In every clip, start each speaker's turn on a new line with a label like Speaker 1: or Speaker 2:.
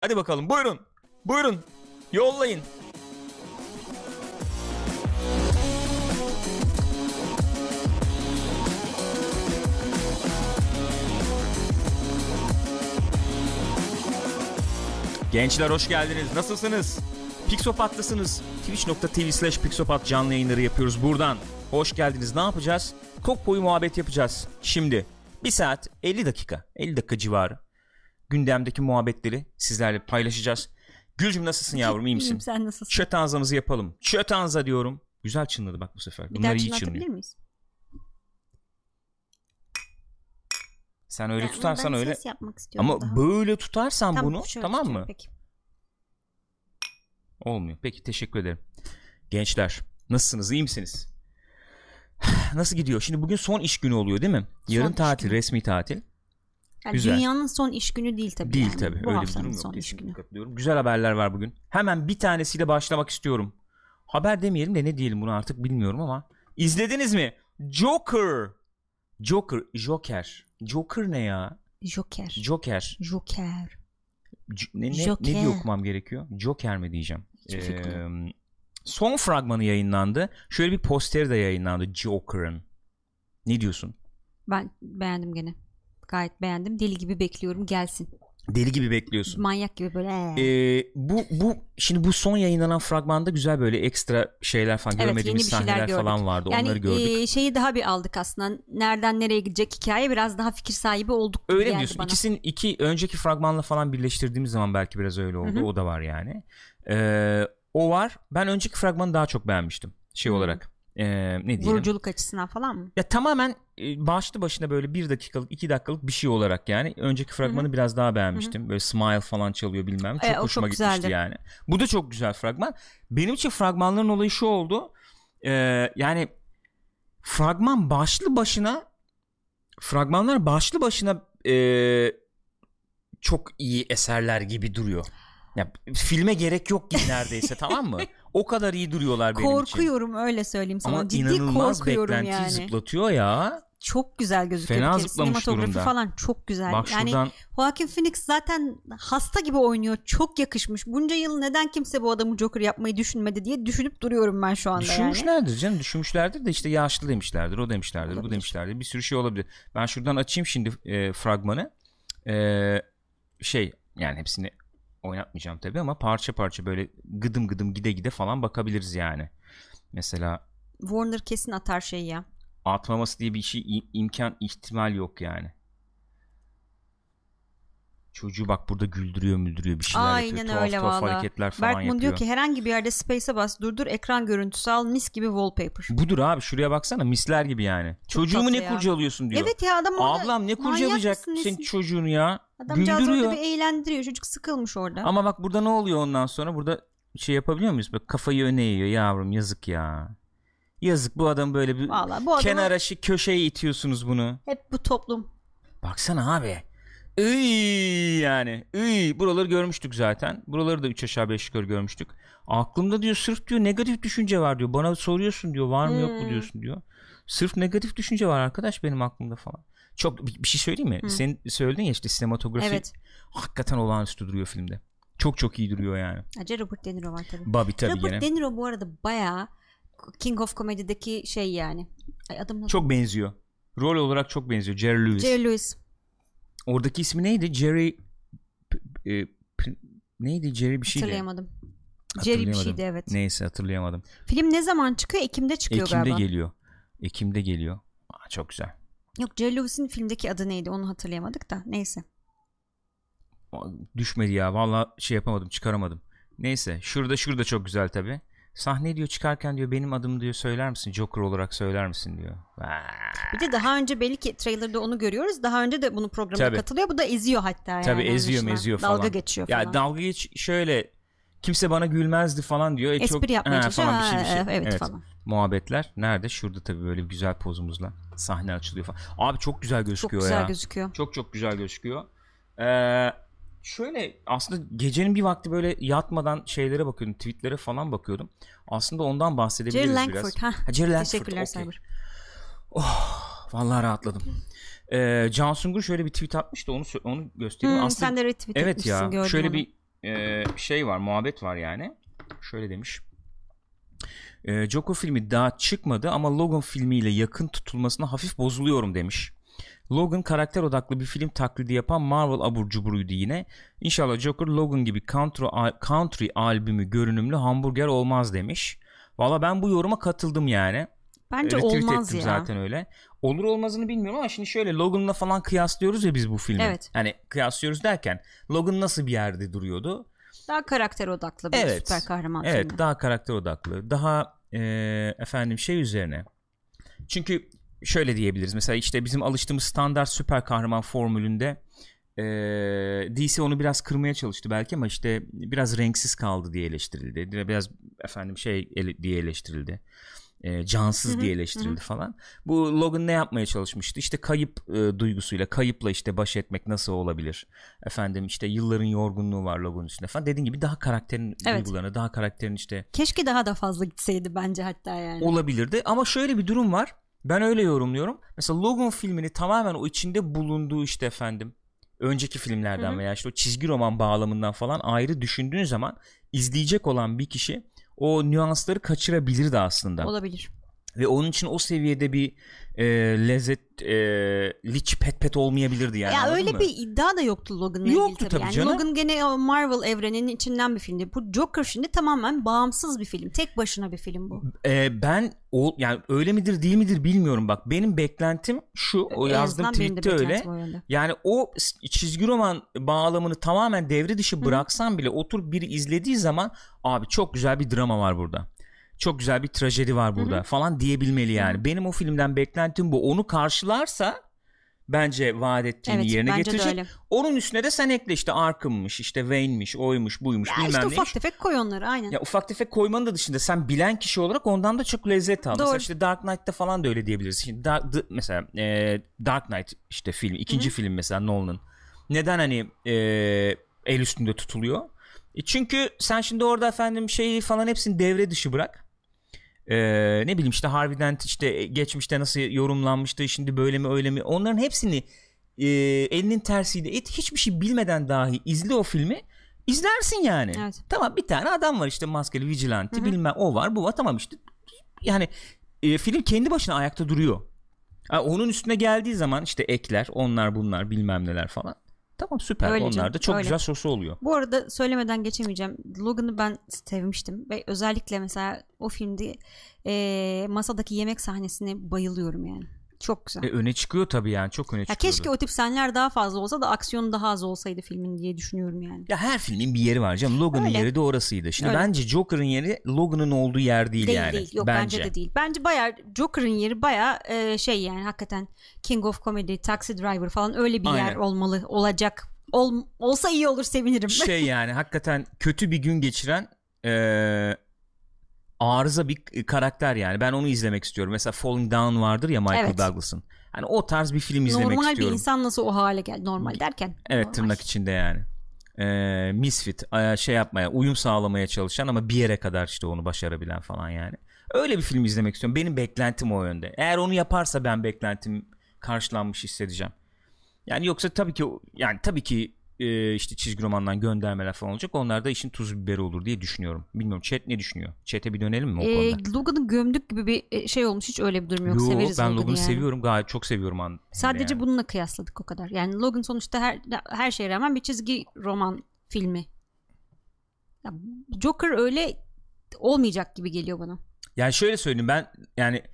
Speaker 1: Hadi bakalım, buyurun. Buyurun. Yollayın. Gençler hoş geldiniz. Nasılsınız? Pixopat'tasınız. Twitch.tv/Pixopat canlı yayınları yapıyoruz buradan. Hoş geldiniz. Ne yapacağız? Kok boyu muhabbet yapacağız. Şimdi 1 saat 50 dakika. 50 dakika civarı. Gündemdeki muhabbetleri sizlerle paylaşacağız. Gülcüm nasılsın yavrum? İyi misin?
Speaker 2: İyiyim, sen nasılsın?
Speaker 1: Çötanzamızı yapalım. Çötanza diyorum. Güzel çınladı bak bu sefer.
Speaker 2: Bir daha çınlatabilir miyiz?
Speaker 1: Sen öyle tutarsan öyle.
Speaker 2: Ses yapmak istiyorum
Speaker 1: ama
Speaker 2: daha.
Speaker 1: böyle tutarsan
Speaker 2: Tam
Speaker 1: bunu tamam mı?
Speaker 2: Peki.
Speaker 1: Olmuyor. Peki teşekkür ederim. Gençler nasılsınız? İyi misiniz? Nasıl gidiyor? Şimdi bugün son iş günü oluyor değil mi? Yarın
Speaker 2: son
Speaker 1: tatil, resmi tatil.
Speaker 2: Yani
Speaker 1: güzel.
Speaker 2: Dünyanın son iş günü değil tabii.
Speaker 1: Değil
Speaker 2: yani.
Speaker 1: tabii.
Speaker 2: Bu
Speaker 1: Öyle bir
Speaker 2: haftanın
Speaker 1: durum yok.
Speaker 2: son iş
Speaker 1: Kesinlikle
Speaker 2: günü.
Speaker 1: katılıyorum. Güzel haberler var bugün. Hemen bir tanesiyle başlamak istiyorum. Haber demeyelim de ne diyelim bunu artık bilmiyorum ama. İzlediniz mi? Joker. Joker ne ya? Joker. Ne diye okumam gerekiyor? Joker mi diyeceğim? Son fragmanı yayınlandı. Şöyle bir posteri de yayınlandı Joker'ın. Ne diyorsun?
Speaker 2: Ben beğendim gene. Gayet beğendim. Deli gibi bekliyorum gelsin.
Speaker 1: Deli gibi bekliyorsun.
Speaker 2: Manyak gibi böyle.
Speaker 1: Şimdi bu son yayınlanan fragmanda güzel böyle ekstra şeyler falan,
Speaker 2: evet,
Speaker 1: görmediğimiz sahneler falan vardı.
Speaker 2: Yani,
Speaker 1: onları gördük.
Speaker 2: Şeyi daha bir aldık aslında. Nereden nereye gidecek hikaye, biraz daha fikir sahibi olduk.
Speaker 1: Öyle mi diyorsun? İkisinin önceki fragmanla falan birleştirdiğimiz zaman belki biraz öyle oldu.
Speaker 2: Hı-hı.
Speaker 1: O da var yani. O var. Ben önceki fragmanı daha çok beğenmiştim. Olarak. Ne diyelim?
Speaker 2: Vuruculuk açısından falan mı?
Speaker 1: Ya tamamen başlı başına böyle 1 dakikalık 2 dakikalık bir şey olarak yani. Önceki fragmanı
Speaker 2: Hı-hı.
Speaker 1: biraz daha beğenmiştim. Hı-hı. Böyle Smile falan çalıyor bilmem. Çok hoşuma gitmişti güzeldi. Yani. Bu da çok güzel fragman. Benim için fragmanların olayı şu oldu. Yani fragmanlar başlı başına çok iyi eserler gibi duruyor. Ya filme gerek yok gibi neredeyse tamam mı? O kadar iyi duruyorlar benim için.
Speaker 2: Korkuyorum öyle söyleyeyim sana.
Speaker 1: Ama
Speaker 2: ciddi
Speaker 1: inanılmaz
Speaker 2: korkuyorum
Speaker 1: beklentiyi
Speaker 2: yani.
Speaker 1: Zıplatıyor ya.
Speaker 2: Çok güzel gözüküyor.
Speaker 1: Fena zıplamış
Speaker 2: sinematografi
Speaker 1: durumda.
Speaker 2: falan çok güzel.
Speaker 1: Bak
Speaker 2: yani
Speaker 1: şuradan...
Speaker 2: Joaquin Phoenix zaten hasta gibi oynuyor. Çok yakışmış. Bunca yıl neden kimse bu adamı Joker yapmayı düşünmedi diye düşünüp duruyorum ben şu anda.
Speaker 1: Düşünmüşlerdir canım. Düşünmüşlerdir de işte yaşlı demişlerdir. O demişlerdir.
Speaker 2: Olabilir.
Speaker 1: Bu demişlerdir. Bir sürü şey olabilir. Ben şuradan açayım şimdi fragmanı. Yani hepsini oynatmayacağım tabii ama parça parça böyle gıdım gıdım gide falan bakabiliriz yani. Mesela
Speaker 2: Warner kesin atar şey ya.
Speaker 1: Atmaması diye bir şey ihtimal yok yani. Çocuğu bak burada güldürüyor bir şeyler
Speaker 2: aynen
Speaker 1: yapıyor.
Speaker 2: Öyle
Speaker 1: tuhaf hareketler falan
Speaker 2: Berkman
Speaker 1: yapıyor.
Speaker 2: diyor ki herhangi bir yerde space'e bas, durdur, ekran görüntüsü al, mis gibi wallpaper.
Speaker 1: Budur abi, şuraya baksana, misler gibi yani. Çok çocuğumu ne kurcalıyorsun diyor.
Speaker 2: Evet ya, adam orada.
Speaker 1: Ablam ne kurcalayacak senin çocuğunu ya?
Speaker 2: Adamcağız
Speaker 1: güldürüyor.
Speaker 2: orada bir eğlendiriyor. Çocuk sıkılmış orada.
Speaker 1: Ama bak burada ne oluyor ondan sonra? Burada şey yapabiliyor muyuz? Böyle kafayı öne eğiyor yavrum, yazık ya. Yazık, bu adam böyle bir kenara köşeye itiyorsunuz bunu.
Speaker 2: Hep bu toplum.
Speaker 1: Baksana abi. Yani. Buraları görmüştük zaten. Buraları da 3 aşağı 5 yukarı görmüştük. Aklımda diyor sırf diyor negatif düşünce var diyor. Bana soruyorsun diyor, var mı yok mu diyorsun diyor. Sırf negatif düşünce var arkadaş benim aklımda falan. Çok bir şey söyleyeyim mi? Sen söyledin ya işte sinematografi hakikaten olağanüstü duruyor filmde. Çok iyi duruyor yani.
Speaker 2: Robert De Niro var tabii.
Speaker 1: Bobby tabii
Speaker 2: Robert De Niro bu arada bayağı King of Comedy'deki şey yani.
Speaker 1: Çok benziyor. Rol olarak çok benziyor. Jerry Lewis. Oradaki ismi neydi? Jerry neydi? Jerry bir şeydi.
Speaker 2: Hatırlayamadım. Jerry bir şeydi, evet.
Speaker 1: Neyse, hatırlayamadım.
Speaker 2: Film ne zaman çıkıyor? Ekim'de çıkıyor galiba.
Speaker 1: Ekim'de geliyor. Çok güzel.
Speaker 2: Yok, Jerry Lewis'in filmdeki adı neydi? Onu hatırlayamadık da. Neyse.
Speaker 1: Düşmedi ya. Vallahi şey yapamadım, çıkaramadım. Neyse. Şurada çok güzel tabii. Sahne diyor çıkarken diyor benim adımı diyor söyler misin? Joker olarak söyler misin diyor.
Speaker 2: Bir de daha önce belki trailer'da onu görüyoruz. Daha önce de bunun programına katılıyor. Bu da eziyor hatta yani.
Speaker 1: Tabii eziyor falan.
Speaker 2: Dalga geçiyor falan.
Speaker 1: Ya dalga geç şöyle, kimse bana gülmezdi falan diyor.
Speaker 2: Espri yapmaya çalışıyor.
Speaker 1: Falan bir şey.
Speaker 2: Evet falan.
Speaker 1: Muhabbetler. Nerede? Şurada tabii böyle bir güzel pozumuzla sahne açılıyor falan. Abi çok güzel gözüküyor ya.
Speaker 2: Çok güzel gözüküyor.
Speaker 1: Çok güzel gözüküyor. Şöyle aslında gecenin bir vakti böyle yatmadan şeylere bakıyordum, tweetlere falan bakıyordum. Aslında ondan bahsedebiliriz
Speaker 2: Jerry
Speaker 1: biraz.
Speaker 2: Langford.
Speaker 1: Jerry Langford.
Speaker 2: Teşekkürler Cyber.
Speaker 1: Vallahi rahatladım. Can Sungur şöyle bir tweet atmıştı, onu göstereyim. Aslında
Speaker 2: sen de retweet etmişsin,
Speaker 1: ya.
Speaker 2: gördüm
Speaker 1: Şöyle
Speaker 2: onu.
Speaker 1: bir şey var, muhabbet var yani. Şöyle demiş. Joker filmi daha çıkmadı ama Logan filmiyle yakın tutulmasına hafif bozuluyorum demiş. Logan karakter odaklı bir film taklidi yapan Marvel abur cuburuydu yine. İnşallah Joker Logan gibi country albümü görünümlü hamburger olmaz demiş. Valla ben bu yoruma katıldım yani.
Speaker 2: Bence
Speaker 1: Retweet
Speaker 2: olmaz
Speaker 1: ettim
Speaker 2: ya.
Speaker 1: zaten öyle. Olur olmazını bilmiyorum ama şimdi şöyle Logan'la falan kıyaslıyoruz ya biz bu filmi.
Speaker 2: Evet.
Speaker 1: Hani kıyaslıyoruz derken Logan nasıl bir yerde duruyordu?
Speaker 2: Daha karakter odaklı bir süper kahraman filmi.
Speaker 1: Evet, daha karakter odaklı. Daha efendim şey üzerine. Çünkü şöyle diyebiliriz. Mesela işte bizim alıştığımız standart süper kahraman formülünde DC onu biraz kırmaya çalıştı belki ama işte biraz renksiz kaldı diye eleştirildi. Biraz efendim diye eleştirildi. Cansız diye eleştirildi falan. Bu Logan ne yapmaya çalışmıştı? İşte kayıp duygusuyla, kayıpla işte baş etmek nasıl olabilir? Efendim işte yılların yorgunluğu var Logan'ın üstünde falan. Dediğin gibi daha karakterin duygularını, daha karakterin işte...
Speaker 2: Keşke daha da fazla gitseydi bence hatta yani.
Speaker 1: Olabilirdi ama şöyle bir durum var. Ben öyle yorumluyorum. Mesela Logan filmini tamamen o içinde bulunduğu işte efendim önceki filmlerden veya işte o çizgi roman bağlamından falan ayrı düşündüğün zaman izleyecek olan bir kişi o nüansları kaçırabilirdi aslında.
Speaker 2: Olabilir.
Speaker 1: Ve onun için o seviyede bir lezzet liç pet olmayabilirdi yani.
Speaker 2: Ya öyle
Speaker 1: mı?
Speaker 2: bir iddia da yoktu Logan'la
Speaker 1: Yoktu
Speaker 2: ilgili tabii. Yani
Speaker 1: canım.
Speaker 2: Logan gene o Marvel evreninin içinden bir filmdi. Bu Joker şimdi tamamen bağımsız bir film. Tek başına bir film bu.
Speaker 1: Ben yani öyle midir değil midir bilmiyorum bak. Benim beklentim şu. O yazdığım tweette öyle. Yani o çizgi roman bağlamını tamamen devre dışı bıraksan bile otur biri izlediği zaman abi çok güzel bir drama var burada. Çok güzel bir trajedi var burada falan diyebilmeli yani. Benim o filmden beklentim bu. Onu karşılarsa bence vaat ettiğini yerine getirecek. Onun üstüne de sen ekle işte Arkham'mış, işte Wayne'miş, oymuş, buymuş
Speaker 2: ya
Speaker 1: bilmem
Speaker 2: işte
Speaker 1: neymiş.
Speaker 2: ufak tefek koy onları aynen.
Speaker 1: Ya ufak tefek koymanın da dışında sen bilen kişi olarak ondan da çok lezzet al. Mesela işte Dark Knight'ta falan da öyle diyebiliriz. Şimdi mesela Dark Knight işte film, ikinci film mesela Nolan'ın. Neden hani el üstünde tutuluyor? Çünkü sen şimdi orada efendim şeyi falan hepsini devre dışı bırak. Ne bileyim işte Harvey Dent işte geçmişte nasıl yorumlanmıştı, şimdi böyle mi öyle mi, onların hepsini elinin tersiyle hiçbir şey bilmeden dahi izle o filmi, izlersin yani.
Speaker 2: Evet.
Speaker 1: Tamam, bir tane adam var işte maskeli vigilante bilmem o var bu var, tamam işte yani film kendi başına ayakta duruyor. Yani onun üstüne geldiği zaman işte ekler onlar bunlar bilmem neler falan. Tamam süper, öyle onlar canım, da çok öyle. Güzel sosu oluyor.
Speaker 2: Bu arada söylemeden geçemeyeceğim. Logan'ı ben sevmiştim ve özellikle mesela o filmde masadaki yemek sahnesine bayılıyorum yani. Çok güzel.
Speaker 1: Öne çıkıyor tabii yani, çok öne çıkıyor.
Speaker 2: Keşke o tip sahneler daha fazla olsa da aksiyonu daha az olsaydı filmin diye düşünüyorum yani.
Speaker 1: Ya her filmin bir yeri var canım. Logan'ın yeri de orasıydı. Şimdi bence Joker'ın yeri Logan'ın olduğu yer değil yani.
Speaker 2: Değil. Yok bence de değil. Bence bayağı Joker'ın yeri bayağı şey yani hakikaten King of Comedy, Taxi Driver falan öyle bir yer olmalı, olacak. Olsa iyi olur, sevinirim.
Speaker 1: Şey yani hakikaten kötü bir gün geçiren arıza bir karakter yani. Ben onu izlemek istiyorum. Mesela Falling Down vardır ya Michael Douglas'ın. Hani o tarz bir film izlemek
Speaker 2: normal
Speaker 1: istiyorum.
Speaker 2: Normal bir insan nasıl o hale geldi? Normal derken.
Speaker 1: Evet,
Speaker 2: normal.
Speaker 1: Tırnak içinde yani. Misfit, şey yapmaya, uyum sağlamaya çalışan ama bir yere kadar işte onu başarabilen falan yani. Öyle bir film izlemek istiyorum. Benim beklentim o yönde. Eğer onu yaparsa ben beklentim karşılanmış hissedeceğim. Yani yoksa tabii ki işte çizgi romandan göndermeler falan olacak. Onlar da işin tuz biberi olur diye düşünüyorum. Bilmiyorum chat ne düşünüyor? Chat'e bir dönelim mi o konuda?
Speaker 2: Logan'ı gömdük gibi bir şey olmuş. Hiç öyle bir durum yok. Severiz
Speaker 1: ben
Speaker 2: Logan'ı
Speaker 1: Logan'ı
Speaker 2: yani.
Speaker 1: seviyorum. Gayet çok seviyorum.
Speaker 2: Sadece
Speaker 1: yani.
Speaker 2: Bununla kıyasladık o kadar. Yani Logan sonuçta her şeye rağmen bir çizgi roman filmi. Ya, Joker öyle olmayacak gibi geliyor bana.
Speaker 1: Yani şöyle söyleyeyim, ben yani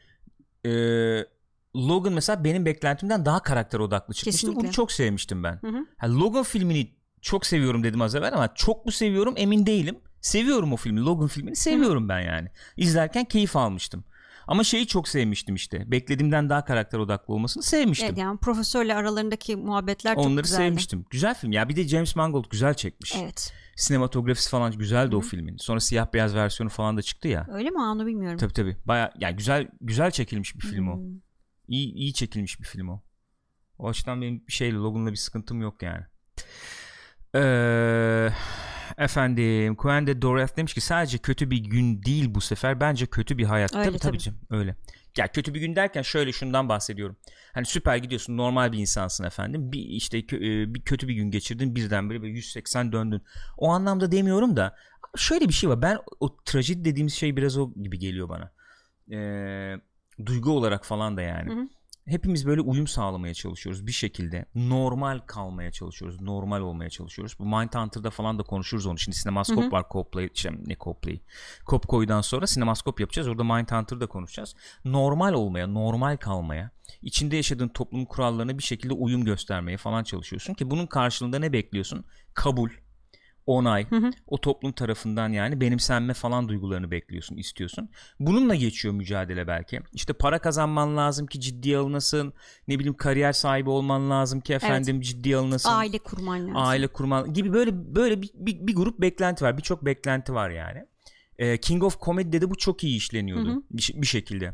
Speaker 1: Logan mesela benim beklentimden daha karakter odaklı çıkmıştı.
Speaker 2: Kesinlikle.
Speaker 1: Bunu çok sevmiştim ben. Logan filmini çok seviyorum dedim az evvel ama çok mu seviyorum emin değilim. Seviyorum o filmi. Logan filmini seviyorum ben yani. İzlerken keyif almıştım. Ama şeyi çok sevmiştim işte. Beklediğimden daha karakter odaklı olmasını sevmiştim.
Speaker 2: Evet, yani profesörle aralarındaki muhabbetler çok güzeldi.
Speaker 1: Onları sevmiştim. Güzel film. Ya bir de James Mangold güzel çekmiş.
Speaker 2: Evet.
Speaker 1: Sinematografisi falan güzeldi o filmin. Sonra siyah beyaz versiyonu falan da çıktı ya.
Speaker 2: Öyle mi? Onu bilmiyorum.
Speaker 1: Tabii. Baya yani güzel çekilmiş bir film o. İyi çekilmiş bir film o. O açıdan benim Logan'la bir sıkıntım yok yani. Efendim Kuende Dorath demiş ki sadece kötü bir gün değil bu sefer, bence kötü bir hayat.
Speaker 2: Öyle,
Speaker 1: tabii canım, öyle. Ya kötü bir gün derken şöyle, şundan bahsediyorum. Hani süper gidiyorsun, normal bir insansın efendim. Bir işte bir kötü bir gün geçirdin, birdenbire böyle 180 döndün. O anlamda demiyorum da şöyle bir şey var. Ben o trajedi dediğimiz şey biraz o gibi geliyor bana. Duygu olarak falan da yani. Hı hı. Hepimiz böyle uyum sağlamaya çalışıyoruz bir şekilde. Normal kalmaya çalışıyoruz. Normal olmaya çalışıyoruz. Bu Mindhunter'da falan da konuşuruz onu. Şimdi sinemaskop var. Kopko'dan sonra sinemaskop yapacağız. Orada Mindhunter'da konuşacağız. Normal olmaya, normal kalmaya, içinde yaşadığın toplumun kurallarına bir şekilde uyum göstermeye falan çalışıyorsun ki bunun karşılığında ne bekliyorsun? Kabul, onay, o toplum tarafından yani benimsenme falan duygularını bekliyorsun, istiyorsun. Bununla geçiyor mücadele belki. İşte para kazanman lazım ki ciddiye alınasın. Ne bileyim, kariyer sahibi olman lazım ki efendim ciddiye alınasın.
Speaker 2: Aile kurman lazım.
Speaker 1: Aile kurman gibi böyle bir grup beklenti var. Birçok beklenti var yani. King of Comedy'de de bu çok iyi işleniyordu bir şekilde.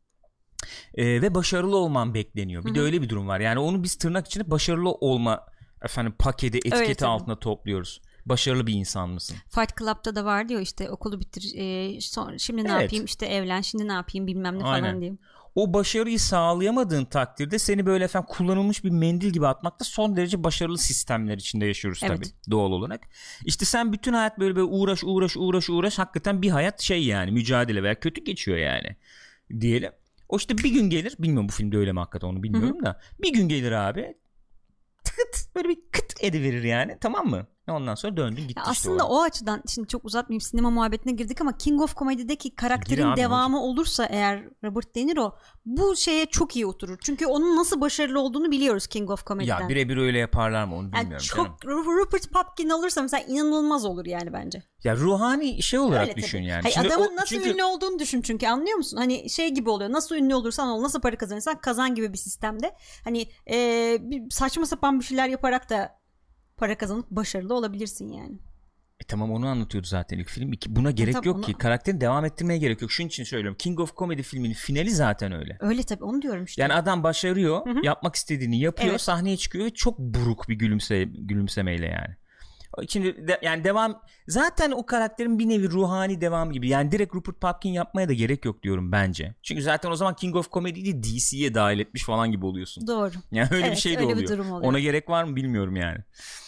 Speaker 1: Ve başarılı olman bekleniyor. Bir de öyle bir durum var. Yani onu biz tırnak içinde başarılı olma paketi, etiketi altına topluyoruz. Başarılı bir insan mısın?
Speaker 2: Fight Club'da da var diyor işte, okulu bitir, şimdi ne yapayım, işte evlen, şimdi ne yapayım bilmem ne falan diyeyim.
Speaker 1: O başarıyı sağlayamadığın takdirde seni böyle kullanılmış bir mendil gibi atmakta son derece başarılı sistemler içinde yaşıyoruz tabii doğal olarak. İşte sen bütün hayat böyle uğraş hakikaten bir hayat yani mücadele veya kötü geçiyor yani diyelim. O işte bir gün gelir, bilmiyorum bu filmde öyle mi hakikaten, onu bilmiyorum da bir gün gelir abi böyle bir kıt ediverir yani, tamam mı? Ondan sonra döndün gitti işte.
Speaker 2: Aslında o açıdan şimdi çok uzatmayayım, sinema muhabbetine girdik ama King of Comedy'deki karakterin devamı olursa eğer Robert De Niro, bu şeye çok iyi oturur. Çünkü onun nasıl başarılı olduğunu biliyoruz King of Comedy'den.
Speaker 1: Ya birebir öyle yaparlar mı onu bilmiyorum.
Speaker 2: Çok Rupert Pupkin olursa mesela inanılmaz olur yani bence.
Speaker 1: Ya ruhani şey olarak öyle düşün tabii. Yani.
Speaker 2: Hayır, adamın nasıl ünlü olduğunu düşün çünkü, anlıyor musun? Hani şey gibi oluyor, nasıl ünlü olursan ol, nasıl para kazanırsan kazan gibi bir sistemde. Hani saçma sapan bir şeyler yaparak da para kazanıp başarılı olabilirsin yani.
Speaker 1: Tamam, onu anlatıyordu zaten ilk film. Buna gerek yok ki. Karakterini devam ettirmeye gerek yok. Şunun için söylüyorum. King of Comedy filminin finali zaten öyle.
Speaker 2: Öyle tabii, onu diyorum işte.
Speaker 1: Yani adam başarıyor, yapmak istediğini yapıyor, sahneye çıkıyor ve çok buruk bir gülümsemeyle yani. Şimdi yani devam, zaten o karakterin bir nevi ruhani devam gibi. Yani direkt Rupert Pupkin yapmaya da gerek yok diyorum bence. Çünkü zaten o zaman King of Comedy'yi DC'ye dahil etmiş falan gibi oluyorsun.
Speaker 2: Doğru.
Speaker 1: Yani öyle bir şey de oluyor. Ona gerek var mı bilmiyorum yani.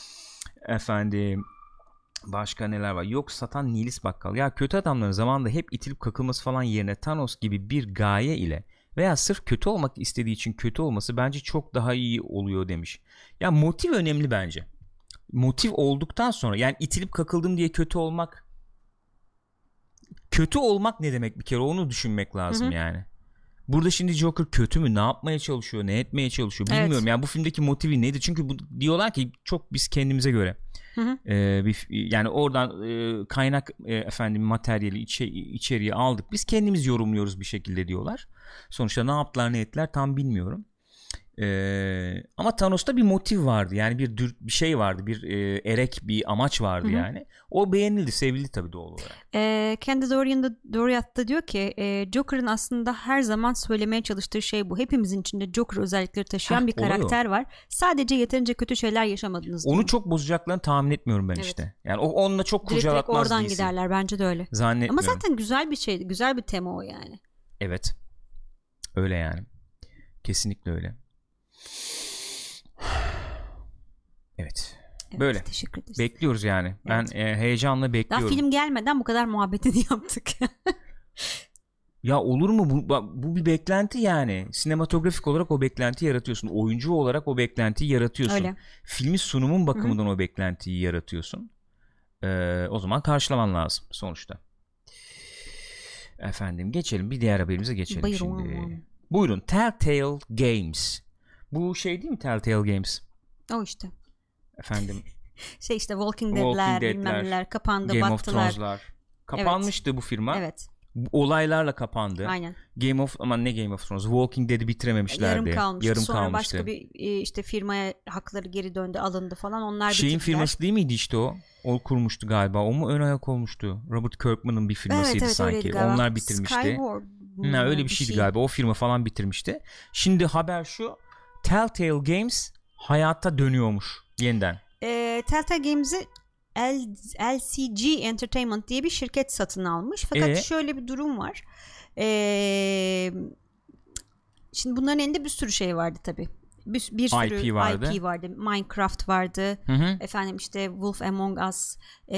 Speaker 1: Efendim başka neler var? Yok, satan Nilis Bakkal. Ya kötü adamların zamanında hep itilip kakılması falan yerine Thanos gibi bir gaye ile veya sırf kötü olmak istediği için kötü olması bence çok daha iyi oluyor demiş. Ya motiv önemli bence. Motiv olduktan sonra yani itilip kakıldım diye kötü olmak ne demek bir kere, onu düşünmek lazım yani. Burada şimdi Joker kötü mü, ne yapmaya çalışıyor, ne etmeye çalışıyor bilmiyorum. Yani bu filmdeki motivi neydi? Çünkü diyorlar ki çok biz kendimize göre yani oradan kaynak materyali içeriği aldık, biz kendimiz yorumluyoruz bir şekilde diyorlar. Sonuçta ne yaptılar ne ettiler tam bilmiyorum. Ama Thanos'ta bir motiv vardı yani, bir şey vardı, bir erek bir amaç vardı yani. O beğenildi, sevildi tabii doğal olarak.
Speaker 2: Kendi Doriath'ta diyor ki Joker'ın aslında her zaman söylemeye çalıştığı şey bu. Hepimizin içinde Joker özellikleri taşıyan bir karakter var. Sadece yeterince kötü şeyler yaşamadınız.
Speaker 1: Onu çok bozacaklarını tahmin etmiyorum ben işte. Yani onunla çok kurcalatmaz
Speaker 2: oradan değilsin. Giderler bence de öyle.
Speaker 1: Zannetmiyorum.
Speaker 2: Ama zaten güzel bir şeydi. Güzel bir tema o yani.
Speaker 1: Evet. Öyle yani. Kesinlikle öyle. Evet. Böyle. Teşekkür ederiz. Bekliyoruz yani. Evet. Ben heyecanla bekliyorum.
Speaker 2: Daha film gelmeden bu kadar muhabbetini yaptık.
Speaker 1: Ya olur mu? Bu bir beklenti yani. Sinematografik olarak o beklentiyi yaratıyorsun. Oyuncu olarak o beklentiyi yaratıyorsun. Öyle. Filmi sunumun bakımından o beklentiyi yaratıyorsun. O zaman karşılaman lazım sonuçta. Efendim geçelim. Bir diğer haberimize geçelim şimdi. Buyurun. Telltale Games. Bu şey değil mi Telltale Games?
Speaker 2: O işte.
Speaker 1: Efendim.
Speaker 2: işte Walking Dead'ler, bilmem neler kapandı,
Speaker 1: Game
Speaker 2: battılar.
Speaker 1: Of Thrones'lar. Kapanmıştı bu firma.
Speaker 2: Evet.
Speaker 1: Olaylarla kapandı.
Speaker 2: Aynen.
Speaker 1: Ne Game of Thrones? Walking Dead'i bitirememişlerdi.
Speaker 2: Yarım kalmıştı. Başka bir işte firmaya hakları geri döndü, alındı falan. Onlar
Speaker 1: şeyin
Speaker 2: bitirdiler.
Speaker 1: Firması değil miydi işte o? O kurmuştu galiba. O mu ön ayak olmuştu? Robert Kirkman'ın bir firmasıydı sanki. Onlar bitirmişti.
Speaker 2: Skyward.
Speaker 1: Öyle bir şeydi galiba. O firma falan bitirmişti. Şimdi haber şu. Telltale Games hayata dönüyormuş yeniden.
Speaker 2: Telltale Games'i LCG Entertainment diye bir şirket satın almış. Fakat şöyle bir durum var. Şimdi bunların elinde bir sürü şey vardı tabii. Bir sürü IP vardı. Minecraft vardı. Efendim işte Wolf Among Us,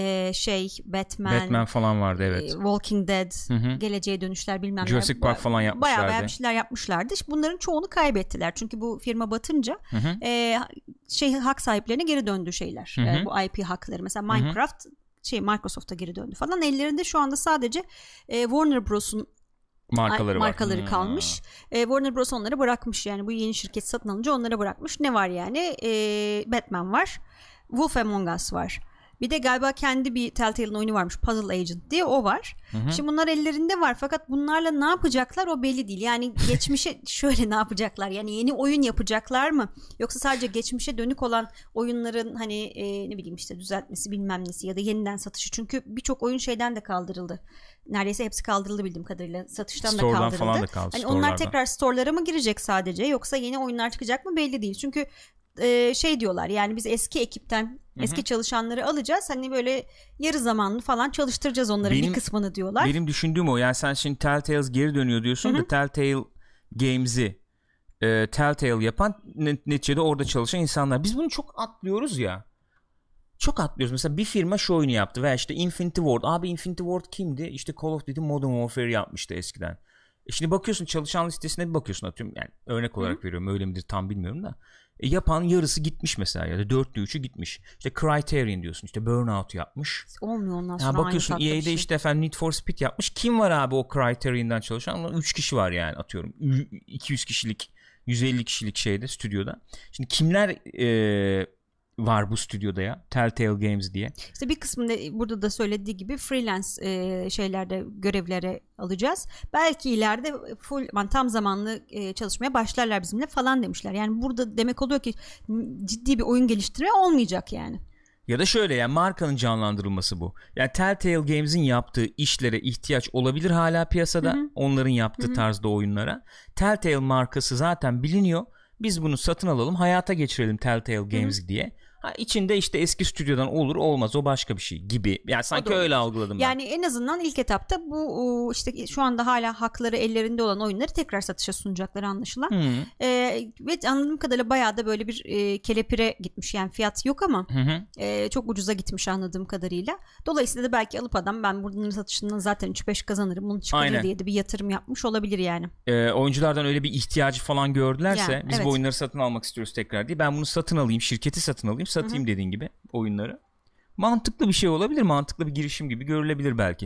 Speaker 2: Batman
Speaker 1: falan vardı, evet.
Speaker 2: Walking Dead, Geleceğe Dönüşler, bilmem ne.
Speaker 1: Jurassic Park falan yapmışlardı.
Speaker 2: Bayağı bir şeyler yapmışlardı. Bunların çoğunu kaybettiler. Çünkü bu firma batınca hak sahiplerine geri döndü şeyler. Bu IP hakları. Mesela Minecraft Microsoft'a geri döndü falan. Ellerinde şu anda sadece Warner Bros'un markaları kalmış. Warner Bros. Onları bırakmış, yani bu yeni şirket satın alınca onlara bırakmış. Ne var yani? Batman var. Wolf Among Us var. Bir de galiba kendi bir Telltale'ın oyunu varmış, Puzzle Agent diye, o var. Şimdi bunlar ellerinde var fakat bunlarla ne yapacaklar o belli değil. Yani geçmişe şöyle ne yapacaklar? Yani yeni oyun yapacaklar mı? Yoksa sadece geçmişe dönük olan oyunların hani ne bileyim işte düzeltmesi bilmem nesi ya da yeniden satışı. Çünkü birçok oyun şeyden de kaldırıldı. Neredeyse hepsi kaldırıldı bildiğim kadarıyla. Satıştan
Speaker 1: Store'dan
Speaker 2: da kaldırıldı.
Speaker 1: Falan da kaldı,
Speaker 2: hani onlar tekrar store'lara mı girecek sadece, yoksa yeni oyunlar çıkacak mı belli değil. Çünkü diyorlar yani biz eski ekipten eski çalışanları alacağız, hani böyle yarı zamanlı falan çalıştıracağız onların bir kısmını diyorlar.
Speaker 1: Benim düşündüğüm o, yani sen şimdi Telltale geri dönüyor diyorsun da Telltale Games'i Telltale yapan neticede orada çalışan insanlar. Biz bunu çok atlıyoruz ya. Çok atlıyoruz. Mesela bir firma şu oyunu yaptı veya işte Infinity Ward. Abi Infinity Ward kimdi? İşte Call of Duty Modern Warfare yapmıştı eskiden. Şimdi bakıyorsun çalışan listesine bir bakıyorsun, atıyorum yani örnek olarak veriyorum, öyle midir tam bilmiyorum da. Yapan yarısı gitmiş mesela, ya da 4'lü 3'ü gitmiş. İşte Criterion diyorsun, işte Burnout yapmış.
Speaker 2: Olmuyor ondan sonra.
Speaker 1: Bakıyorsun EA'de işte efendim Need for Speed yapmış. Kim var abi o Criterion'dan çalışan? 3 kişi var yani, atıyorum. 200 kişilik, 150 kişilik stüdyoda. Şimdi kimler var bu stüdyoda ya? Telltale Games diye.
Speaker 2: İşte bir kısmında burada da söylediği gibi freelance şeylerde görevlere alacağız. Belki ileride tam zamanlı çalışmaya başlarlar bizimle falan demişler. Yani burada demek oluyor ki ciddi bir oyun geliştirme olmayacak yani.
Speaker 1: Ya da şöyle, yani markanın canlandırılması bu. Yani Telltale Games'in yaptığı işlere ihtiyaç olabilir hala piyasada. Onların yaptığı tarzda oyunlara. Telltale markası zaten biliniyor. Biz bunu satın alalım, hayata geçirelim Telltale Games diye. İçinde işte eski stüdyodan olur olmaz, o başka bir şey gibi. Yani sanki öyle algıladım ben.
Speaker 2: Yani en azından ilk etapta bu işte şu anda hala hakları ellerinde olan oyunları tekrar satışa sunacakları anlaşılan. Ve anladığım kadarıyla bayağı da böyle bir kelepire gitmiş. Yani fiyat yok ama çok ucuza gitmiş anladığım kadarıyla. Dolayısıyla da belki alıp adam ben bunların satışından zaten 3-5 kazanırım, bunu çıkarır diye de bir yatırım yapmış olabilir yani.
Speaker 1: Oyunculardan öyle bir ihtiyacı falan gördülerse
Speaker 2: yani,
Speaker 1: biz bu oyunları satın almak istiyoruz tekrar diye, ben bunu satın alayım, şirketi satın alayım, satayım dediğin gibi oyunları. Mantıklı bir şey olabilir, mantıklı bir girişim gibi görülebilir belki.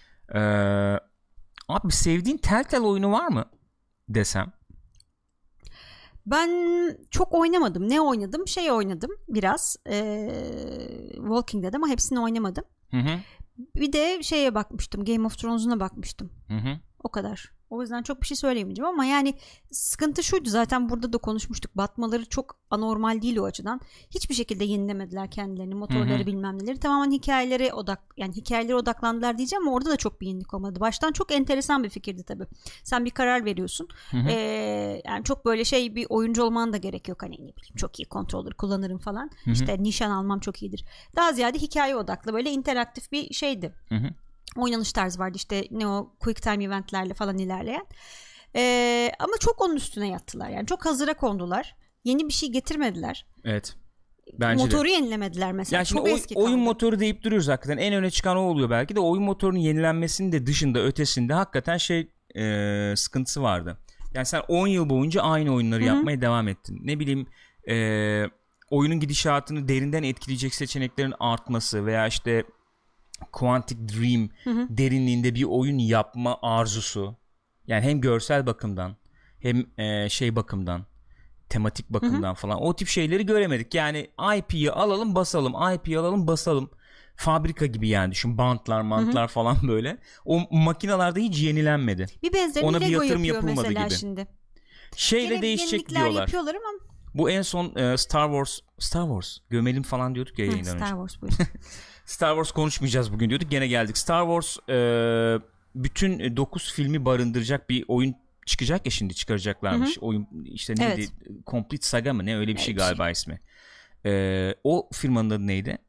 Speaker 1: Abi sevdiğin Telltale oyunu var mı desem?
Speaker 2: Ben çok oynamadım. Ne oynadım? Oynadım biraz. Walking Dead, ama hepsini oynamadım. Bir de bakmıştım. Game of Thrones'una bakmıştım. O kadar. O yüzden çok bir şey söyleyemeyeceğim ama yani sıkıntı şuydu, zaten burada da konuşmuştuk. Batmaları çok anormal değil o açıdan. Hiçbir şekilde yenilemediler kendilerini, motorları bilmem neleri. Tamamen hikayelere odaklandılar diyeceğim ama orada da çok bir yenilik olmadı. Baştan çok enteresan bir fikirdi tabii. Sen bir karar veriyorsun. Yani çok böyle bir oyuncu olman da gerek yok. Hani ne bileyim çok iyi controller kullanırım falan. İşte nişan almam çok iyidir. Daha ziyade hikaye odaklı, böyle interaktif bir şeydi. Oynanış tarzı vardı, işte quick time eventlerle falan ilerleyen. Ama çok onun üstüne yattılar. Yani çok hazıra kondular. Yeni bir şey getirmediler.
Speaker 1: Evet. Bence
Speaker 2: motoru
Speaker 1: de
Speaker 2: yenilemediler mesela.
Speaker 1: Yani çok eski oyun motoru deyip duruyoruz hakikaten. En öne çıkan o oluyor belki de. Oyun motorunun yenilenmesinin de dışında, ötesinde hakikaten sıkıntısı vardı. Yani sen 10 yıl boyunca aynı oyunları yapmaya devam ettin. Ne bileyim oyunun gidişatını derinden etkileyecek seçeneklerin artması veya işte Quantic Dream derinliğinde bir oyun yapma arzusu, yani hem görsel bakımdan hem bakımdan, tematik bakımdan falan o tip şeyleri göremedik. Yani IP'yi alalım basalım, IP'yi alalım basalım, fabrika gibi yani düşün, bantlar falan böyle. O makinalarda hiç yenilenmedi.
Speaker 2: Bir benzerini
Speaker 1: ona
Speaker 2: Lego
Speaker 1: bir yatırım
Speaker 2: yapıyor
Speaker 1: yapılmadı
Speaker 2: mesela
Speaker 1: gibi.
Speaker 2: Şimdi.
Speaker 1: Şeyle değişecek diyorlar.
Speaker 2: Yapıyorlar ama.
Speaker 1: Bu en son Star Wars gömelim falan diyorduk ya yayından önce.
Speaker 2: Star Wars buyurun.
Speaker 1: Star Wars konuşmayacağız bugün diyorduk. Gene geldik. Star Wars bütün 9 filmi barındıracak bir oyun çıkacak ya, şimdi çıkaracaklarmış. Oyun işte neydi? Evet. Complete Saga mı ne, öyle bir şey galiba ismi. O firmanın adı neydi?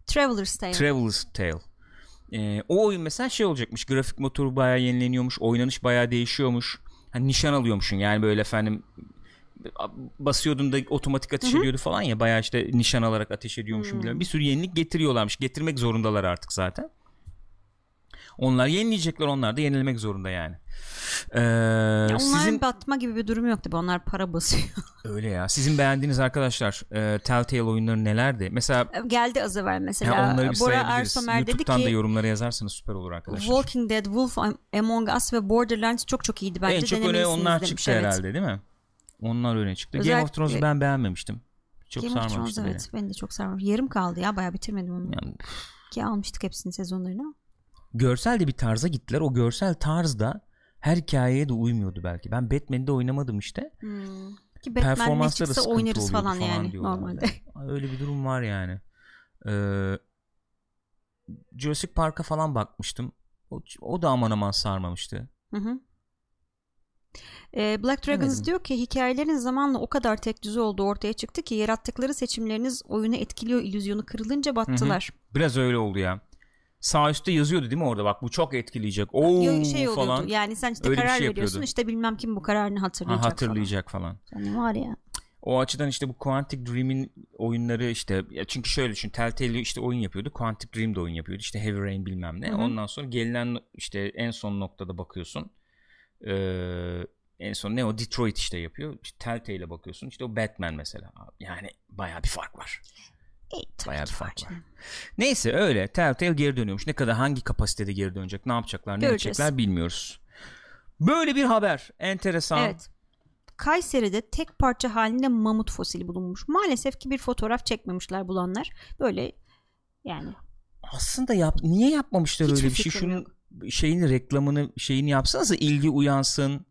Speaker 2: Traveler's Tale.
Speaker 1: Traveler's Tale. O oyun mesela şey olacakmış. Grafik motoru bayağı yenileniyormuş. Oynanış bayağı değişiyormuş. Hani nişan alıyormuşsun. Yani böyle efendim basıyordun da otomatik ateş ediyordu falan ya. Bayağı işte nişan alarak ateş ediyormuşum. Bir sürü yenilik getiriyorlarmış. Getirmek zorundalar artık zaten. Onlar yenileyecekler. Onlar da yenilmek zorunda yani.
Speaker 2: Onların
Speaker 1: Sizin
Speaker 2: batma gibi bir durum yok tabii. Onlar para basıyor.
Speaker 1: öyle ya. Sizin beğendiğiniz arkadaşlar Telltale oyunları nelerdi? Mesela
Speaker 2: Geldi az evvel mesela.
Speaker 1: onları bir
Speaker 2: Bora
Speaker 1: sayabiliriz.
Speaker 2: Ersomer dedi
Speaker 1: YouTube'dan
Speaker 2: ki
Speaker 1: da yorumlara yazarsanız süper olur arkadaşlar.
Speaker 2: Walking Dead, Wolf Among Us ve Borderlands çok iyiydi bence.
Speaker 1: En çok öne
Speaker 2: Denemelisiniz
Speaker 1: onlar
Speaker 2: demiş,
Speaker 1: çıktı
Speaker 2: evet.
Speaker 1: herhalde değil mi? Onlar öne çıktı.
Speaker 2: Özellikle
Speaker 1: Game of Thrones'u ben beğenmemiştim. Çok
Speaker 2: Game of Thrones,
Speaker 1: sarmamıştı beni.
Speaker 2: evet. Beni de çok sarmamış. Yarım kaldı ya. Bayağı bitirmedim onu.
Speaker 1: Yani,
Speaker 2: Ki almıştık hepsinin sezonlarını.
Speaker 1: görsel de bir tarza gittiler. O görsel tarz da her hikayeye de uymuyordu belki. Ben Batman'de oynamadım işte.
Speaker 2: Ki Batman ne
Speaker 1: Performansları
Speaker 2: çıksa
Speaker 1: sıkıntı
Speaker 2: oynarız
Speaker 1: oluyordu
Speaker 2: falan yani
Speaker 1: diyorlardı.
Speaker 2: normalde.
Speaker 1: Öyle bir durum var yani. Jurassic Park'a falan bakmıştım. O da aman aman sarmamıştı.
Speaker 2: Black Dragons
Speaker 1: Demedim.
Speaker 2: diyor ki hikayelerin zamanla o kadar tek düze olduğu ortaya çıktı ki yarattıkları seçimleriniz oyunu etkiliyor illüzyonu kırılınca battılar.
Speaker 1: Biraz öyle oldu ya. Sağ üstte yazıyordu değil mi orada? Bak bu çok etkileyecek. Oo
Speaker 2: Şey oluyordu
Speaker 1: falan.
Speaker 2: yani sen işte
Speaker 1: Öyle bir
Speaker 2: karar
Speaker 1: şey
Speaker 2: veriyorsun
Speaker 1: yapıyordu.
Speaker 2: işte bilmem kim bu kararını hatırlayacak
Speaker 1: Falan.
Speaker 2: Yani var ya.
Speaker 1: O açıdan işte bu Quantic Dream'in oyunları işte çünkü şöyle düşün, Telltale işte oyun yapıyordu. Quantic Dream de oyun yapıyordu. İşte Heavy Rain bilmem ne. Ondan sonra gelinen işte en son noktada bakıyorsun. En son ne o? Detroit işte yapıyor. İşte Telltale'e bakıyorsun. İşte o Batman mesela. Yani bayağı bir fark var. Bayağı bir fark var. Neyse öyle. Telltale geri dönüyormuş. Ne kadar hangi kapasitede geri dönecek? Ne yapacaklar? Ne edecekler bilmiyoruz. Böyle bir haber. Enteresan.
Speaker 2: Evet. Kayseri'de tek parça halinde mamut fosili bulunmuş. Maalesef ki bir fotoğraf çekmemişler bulanlar. Böyle yani.
Speaker 1: Aslında niye yapmamışlar
Speaker 2: Hiçbir
Speaker 1: öyle bir şey?
Speaker 2: fikrim
Speaker 1: Şunun
Speaker 2: yok.
Speaker 1: şeyini yapsanız ilgi uyansın.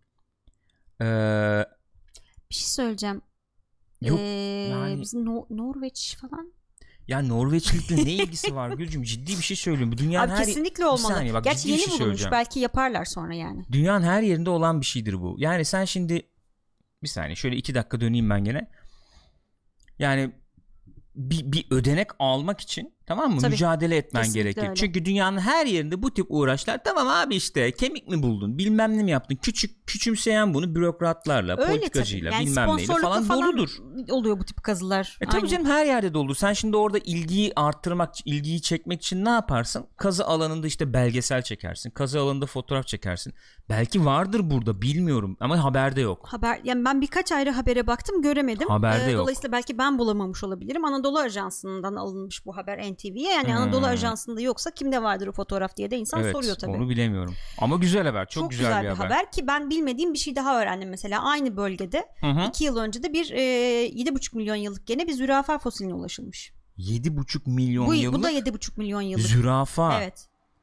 Speaker 2: Bir şey söyleyeceğim.
Speaker 1: Yok
Speaker 2: Bizim Norveç falan.
Speaker 1: Ya Norveçlikle ne ilgisi var Gülcüm? Ciddi bir şey söylüyorum. Dünyanın
Speaker 2: Abi kesinlikle olmalı.
Speaker 1: saniye, bak,
Speaker 2: gerçi
Speaker 1: ciddi
Speaker 2: yeni
Speaker 1: bir şey
Speaker 2: bulunmuş.
Speaker 1: söyleyeceğim.
Speaker 2: Belki yaparlar sonra yani.
Speaker 1: Dünyanın her yerinde olan bir şeydir bu. Yani sen şimdi bir saniye şöyle 2 dakika döneyim ben gene. Yani bir ödenek almak için, tamam mı?
Speaker 2: Tabii,
Speaker 1: mücadele etmen
Speaker 2: kesinlikle
Speaker 1: gerekir.
Speaker 2: öyle.
Speaker 1: Çünkü dünyanın her yerinde bu tip uğraşlar, tamam abi işte kemik mi buldun, bilmem ne mi yaptın, küçümseyen bunu bürokratlarla,
Speaker 2: Öyle
Speaker 1: politikacıyla,
Speaker 2: tabii. Yani
Speaker 1: bilmem neyle falan doludur.
Speaker 2: Oluyor bu tip kazılar.
Speaker 1: Tabii canım, her yerde doludur. Sen şimdi orada ilgiyi arttırmak, ilgiyi çekmek için ne yaparsın? Kazı alanında işte belgesel çekersin. Kazı alanında fotoğraf çekersin. Belki vardır burada, bilmiyorum ama haberde yok.
Speaker 2: Yani ben birkaç ayrı habere baktım, göremedim.
Speaker 1: Haberde yok.
Speaker 2: Dolayısıyla belki ben bulamamış olabilirim. Anadolu Ajansı'ndan alınmış bu haber NTV'ye. Yani Anadolu Ajansı'nda yoksa kimde vardır o fotoğraf diye de insan soruyor tabii.
Speaker 1: Onu bilemiyorum. Ama güzel haber. Çok güzel bir haber.
Speaker 2: Ki ben bilmediğim bir şey daha öğrendim mesela. Aynı bölgede 2 yıl önce de bir 7,5 milyon yıllık gene bir zürafa fosiline ulaşılmış.
Speaker 1: 7,5 milyon yıllık.
Speaker 2: Bu da 7,5 milyon yıllık.
Speaker 1: Zürafa.
Speaker 2: Evet.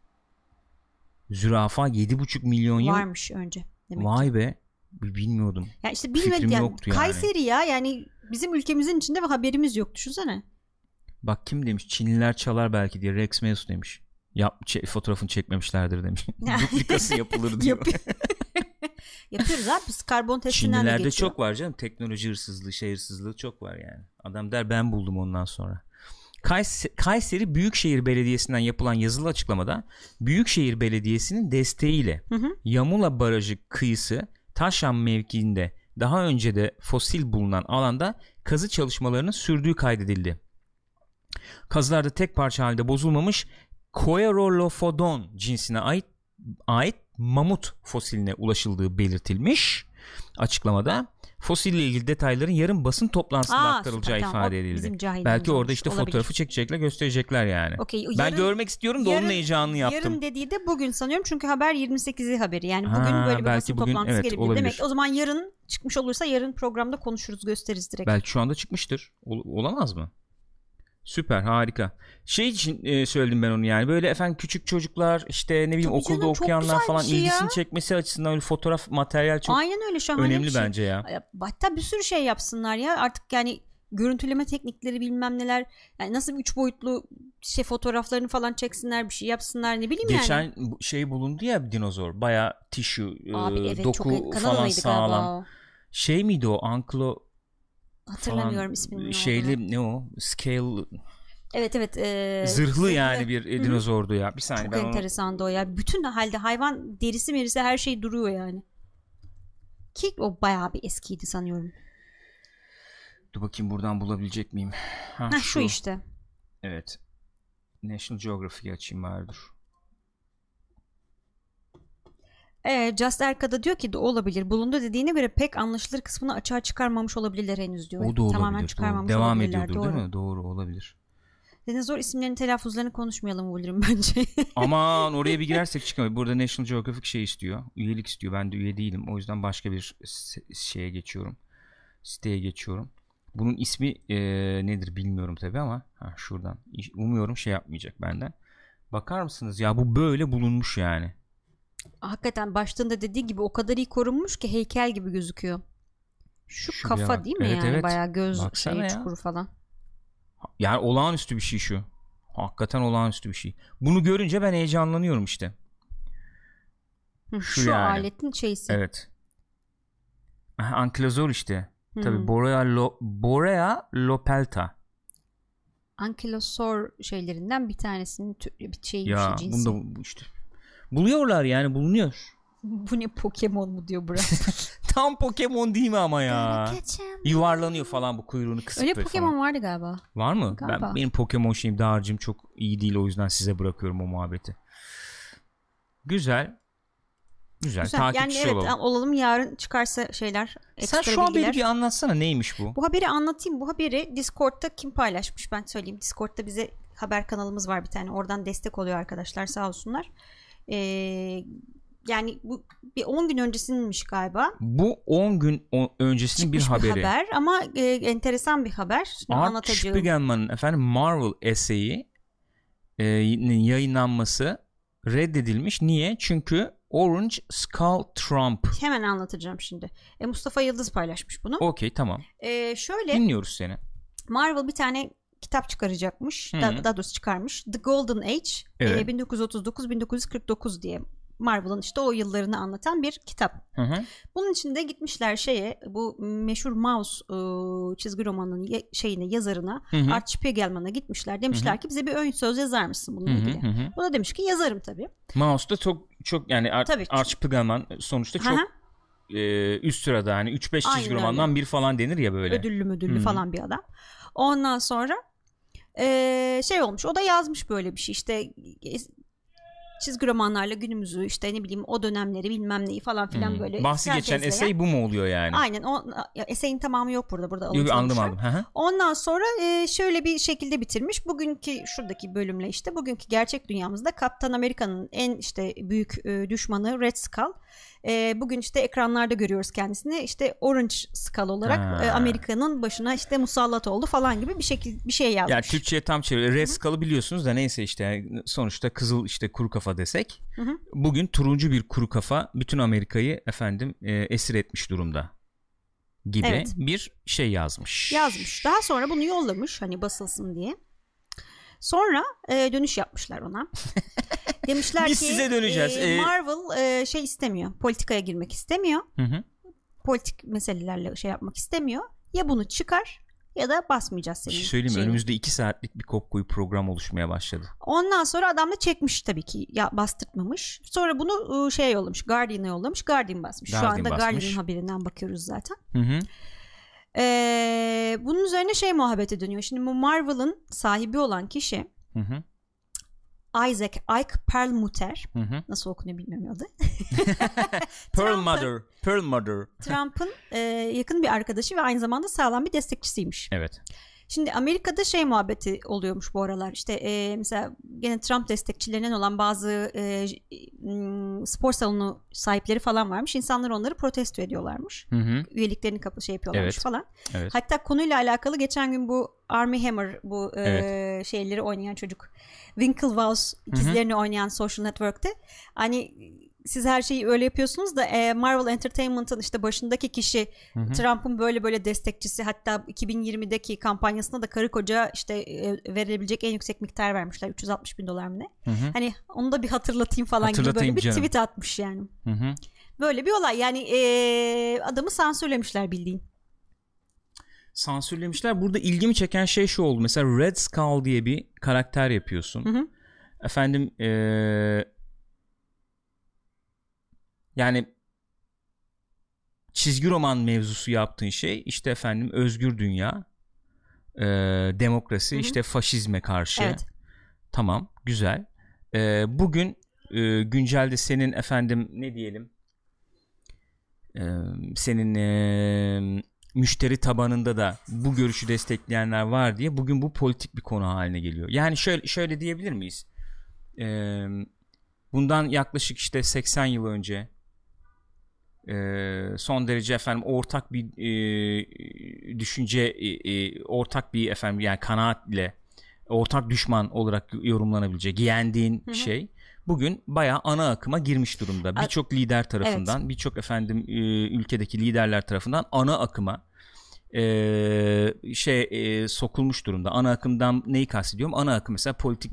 Speaker 1: Zürafa 7,5 milyon yıl.
Speaker 2: Varmış önce. Demek
Speaker 1: Vay
Speaker 2: ki.
Speaker 1: be. Bilmiyordum.
Speaker 2: Ya işte
Speaker 1: Fikrim
Speaker 2: bilmedim yani.
Speaker 1: yoktu yani.
Speaker 2: Kayseri ya, yani bizim ülkemizin içinde ve haberimiz yok, düşünsene.
Speaker 1: Bak kim demiş? Çinliler çalar belki diye. Rex Meus demiş. Fotoğrafını çekmemişlerdir demiş. Duplikası yapılır diyor.
Speaker 2: Yapıyoruz abi, biz karbon testinden de
Speaker 1: Çinlilerde
Speaker 2: geçiyor.
Speaker 1: çok var canım. Teknoloji hırsızlığı, şey hırsızlığı çok var yani. Adam der ben buldum ondan sonra. Kayseri Büyükşehir Belediyesi'nden yapılan yazılı açıklamada Büyükşehir Belediyesi'nin desteğiyle Yamula Barajı kıyısı Taşan mevkiinde daha önce de fosil bulunan alanda kazı çalışmalarının sürdüğü kaydedildi. Kazılarda tek parça halde bozulmamış Coeurolophodon cinsine ait mamut fosiline ulaşıldığı belirtilmiş. Açıklamada fosille ilgili detayların yarın basın toplantısında aktarılacağı ifade edildi. Belki orada işte olabilir. Fotoğrafı çekecekler, gösterecekler yani. Ben görmek istiyorum da onun heyecanını yaptım.
Speaker 2: Yarın dediği de bugün sanıyorum, çünkü haber 28'i haberi. Yani bugün böyle bir basın toplantısı gelebilir. Demek o zaman yarın çıkmış olursa yarın programda konuşuruz, gösteririz direkt.
Speaker 1: Belki şu anda çıkmıştır. Olamaz mı? Süper, harika. Şey için söyledim ben onu yani. Böyle efendim küçük çocuklar, işte ne bileyim
Speaker 2: tabii
Speaker 1: okulda
Speaker 2: canım,
Speaker 1: okuyanlar falan
Speaker 2: şey
Speaker 1: ilgisini
Speaker 2: ya.
Speaker 1: çekmesi açısından öyle fotoğraf, materyal çok
Speaker 2: aynen öyle, şahane
Speaker 1: önemli
Speaker 2: bir şey.
Speaker 1: bence ya.
Speaker 2: Hatta bir sürü şey yapsınlar ya. Artık yani görüntüleme teknikleri bilmem neler. Yani nasıl 3 boyutlu fotoğraflarını falan çeksinler, bir şey yapsınlar, ne bileyim yani.
Speaker 1: Geçen şey bulundu ya, dinozor. Bayağı tissue,
Speaker 2: evet,
Speaker 1: doku falan sağlam. Şey miydi o?
Speaker 2: Hatırlamıyorum ismini.
Speaker 1: Şeyli ne o? Scale
Speaker 2: Evet.
Speaker 1: Zırhlı yani bir dinozordu ya. Bir saniye,
Speaker 2: çok
Speaker 1: ben
Speaker 2: enteresandı o ya. Bütün halde hayvan derisi merisi her şey duruyor yani. Ki o bayağı bir eskiydi sanıyorum.
Speaker 1: Dur bakayım buradan bulabilecek miyim?
Speaker 2: Şu işte.
Speaker 1: Evet. National Geographic'i açayım bari, dur.
Speaker 2: Just Erka'da diyor ki de olabilir. Bulundu dediğine göre pek anlaşılır kısmını açığa çıkarmamış olabilirler henüz diyor.
Speaker 1: O da olabilir.
Speaker 2: Tamamen çıkarmamış
Speaker 1: Devam
Speaker 2: olabilirler.
Speaker 1: ediyordur
Speaker 2: Doğru.
Speaker 1: değil mi? Doğru olabilir.
Speaker 2: Dinozor isimlerinin telaffuzlarını konuşmayalım Wolverine bence.
Speaker 1: Aman oraya bir girersek çıkamayız. Burada National Geographic şey istiyor. Üyelik istiyor. Ben de üye değilim. O yüzden başka bir şeye geçiyorum. Siteye geçiyorum. Bunun ismi nedir bilmiyorum tabii ama şuradan. Umuyorum şey yapmayacak benden. Bakar mısınız ya, bu böyle bulunmuş yani. Hakikaten
Speaker 2: başlığında dediği gibi o kadar iyi korunmuş ki heykel gibi gözüküyor. Şu kafa değil mi yani? Bayağı göz çukuru falan.
Speaker 1: Yani olağanüstü bir şey şu. Hakikaten olağanüstü bir şey. Bunu görünce ben heyecanlanıyorum işte.
Speaker 2: Şu yani. Aletin şeysi.
Speaker 1: Evet. Ankylozor işte. Tabii Borea lopelta.
Speaker 2: Ankylosor şeylerinden bir tanesinin bir şeyi,
Speaker 1: ya,
Speaker 2: cinsi.
Speaker 1: Bunda işte. Buluyorlar yani, bulunuyor.
Speaker 2: Bu ne Pokemon mu diyor Burak?
Speaker 1: Tam Pokemon değil mi ama ya? Yuvarlanıyor falan, bu kuyruğunu kısıp.
Speaker 2: Öyle Pokemon falan vardı galiba.
Speaker 1: Var mı? Benim Pokemon şeyim, dağarcığım çok iyi değil, o yüzden size bırakıyorum o muhabbeti. Güzel. Takipçi
Speaker 2: yani
Speaker 1: olalım.
Speaker 2: Olalım, yarın çıkarsa şeyler, ekstra
Speaker 1: bilgiler. Sen şu haberi bir anlatsana, neymiş bu?
Speaker 2: Bu haberi anlatayım. Bu haberi Discord'da kim paylaşmış ben söyleyeyim. Discord'da bize haber kanalımız var bir tane. Oradan destek oluyor arkadaşlar, sağ olsunlar. Yani bu bir 10 gün öncesinmiş galiba. Bu 10 gün
Speaker 1: öncesinin bir haberi.
Speaker 2: Bir haber ama enteresan bir haber.
Speaker 1: Art Spiegelman'ın Marvel eseyi yayınlanması reddedilmiş. Niye? Çünkü Orange Skull Trump.
Speaker 2: Hemen anlatacağım şimdi. Mustafa Yıldız paylaşmış bunu.
Speaker 1: Okey, tamam.
Speaker 2: Şöyle.
Speaker 1: Dinliyoruz seni.
Speaker 2: Marvel bir tane kitap çıkaracakmış. Daha doğrusu çıkarmış. The Golden Age. Evet. 1939-1949 diye. Marvel'ın işte o yıllarını anlatan bir kitap. Bunun içinde gitmişler bu meşhur Mouse çizgi romanının yazarına, Art Spiegelman'a gitmişler. Demişler ki bize bir ön söz yazar mısın bununla ilgili? O da demiş ki yazarım tabii.
Speaker 1: Mouse da çok yani Art Spiegelman sonuçta çok üst sırada, yani 3-5 çizgi romandan bir falan denir ya böyle.
Speaker 2: Ödüllü falan bir adam. Ondan sonra olmuş. O da yazmış böyle bir şey işte, çizgi romanlarla günümüzü, işte ne bileyim o dönemleri, bilmem neyi falan filan böyle.
Speaker 1: Bahsi geçen esey bu mu oluyor yani?
Speaker 2: Aynen. Eseyin tamamı yok burada alıntılamışlar.
Speaker 1: Anladım.
Speaker 2: Ondan sonra şöyle bir şekilde bitirmiş. Bugünkü şuradaki bölümle işte bugünkü gerçek dünyamızda Kaptan Amerika'nın en işte büyük düşmanı Red Skull. Bugün işte ekranlarda görüyoruz kendisini. İşte Orange Skull olarak Amerika'nın başına işte musallat oldu falan gibi bir şey yazmış.
Speaker 1: Yani Türkçe'ye tam çevir. Red Skull'ı biliyorsunuz da neyse işte sonuçta kızıl işte kuru kafa desek. Bugün turuncu bir kuru kafa bütün Amerika'yı esir etmiş durumda gibi bir şey yazmış.
Speaker 2: Daha sonra bunu yollamış hani basılsın diye. Sonra dönüş yapmışlar ona. Demişler
Speaker 1: biz
Speaker 2: ki
Speaker 1: size döneceğiz.
Speaker 2: Marvel istemiyor. Politikaya girmek istemiyor. Politik meselelerle yapmak istemiyor. Ya bunu çıkar ya da basmayacağız senin.
Speaker 1: Bir şey söyleyeyim mi? Önümüzde 2 saatlik bir kopkuyu program oluşmaya başladı.
Speaker 2: Ondan sonra adam da çekmiş tabii ki. Ya bastırtmamış. Sonra bunu yollamış. Guardian'a yollamış. Guardian basmış. Şu anda Guardian haberinden bakıyoruz zaten. Bunun üzerine muhabbete dönüyor. Şimdi bu Marvel'ın sahibi olan kişi Ike Perlmutter. Nasıl okunuyor bilmiyorum adı.
Speaker 1: Perlmutter.
Speaker 2: Trump'ın yakın bir arkadaşı ve aynı zamanda sağlam bir destekçisiymiş.
Speaker 1: Evet.
Speaker 2: Şimdi Amerika'da muhabbeti oluyormuş bu aralar. İşte mesela gene Trump destekçilerinden olan bazı spor salonu sahipleri falan varmış. İnsanlar onları protesto ediyorlarmış. Üyeliklerini yapıyorlarmış falan.
Speaker 1: Evet.
Speaker 2: Hatta konuyla alakalı geçen gün bu Armie Hammer, bu şeyleri oynayan çocuk, Winklevoss ikizlerini oynayan Social Network'te hani siz her şeyi öyle yapıyorsunuz da Marvel Entertainment'ın işte başındaki kişi Trump'ın böyle destekçisi, hatta 2020'deki kampanyasında da karı koca işte verilebilecek en yüksek miktar vermişler, $360,000 mı ne? Hani onu da bir hatırlatayım falan gibi böyle bir tweet atmış yani. Böyle bir olay yani, adamı sansürlemişler bildiğin.
Speaker 1: sansürlemişler. Burada ilgimi çeken şey şu oldu. Mesela Red Skull diye bir karakter yapıyorsun.
Speaker 2: Hı hı.
Speaker 1: Efendim yani çizgi roman mevzusu yaptığın şey işte efendim özgür dünya, demokrasi,
Speaker 2: Hı hı.
Speaker 1: işte faşizme karşı.
Speaker 2: Evet.
Speaker 1: Tamam, güzel. Bugün güncelde senin efendim ne diyelim, senin müşteri tabanında da bu görüşü destekleyenler var diye bugün bu politik bir konu haline geliyor. Yani şöyle diyebilir miyiz? Bundan yaklaşık işte 80 yıl önce son derece efendim ortak bir düşünce, ortak bir efendim yani kanaatle ortak düşman olarak yorumlanabilecek yendiğin şey bugün bayağı ana akıma girmiş durumda. Birçok lider tarafından, evet, birçok efendim ülkedeki liderler tarafından ana akıma sokulmuş durumda. Ana akımdan neyi kastediyorum? Ana akım mesela politik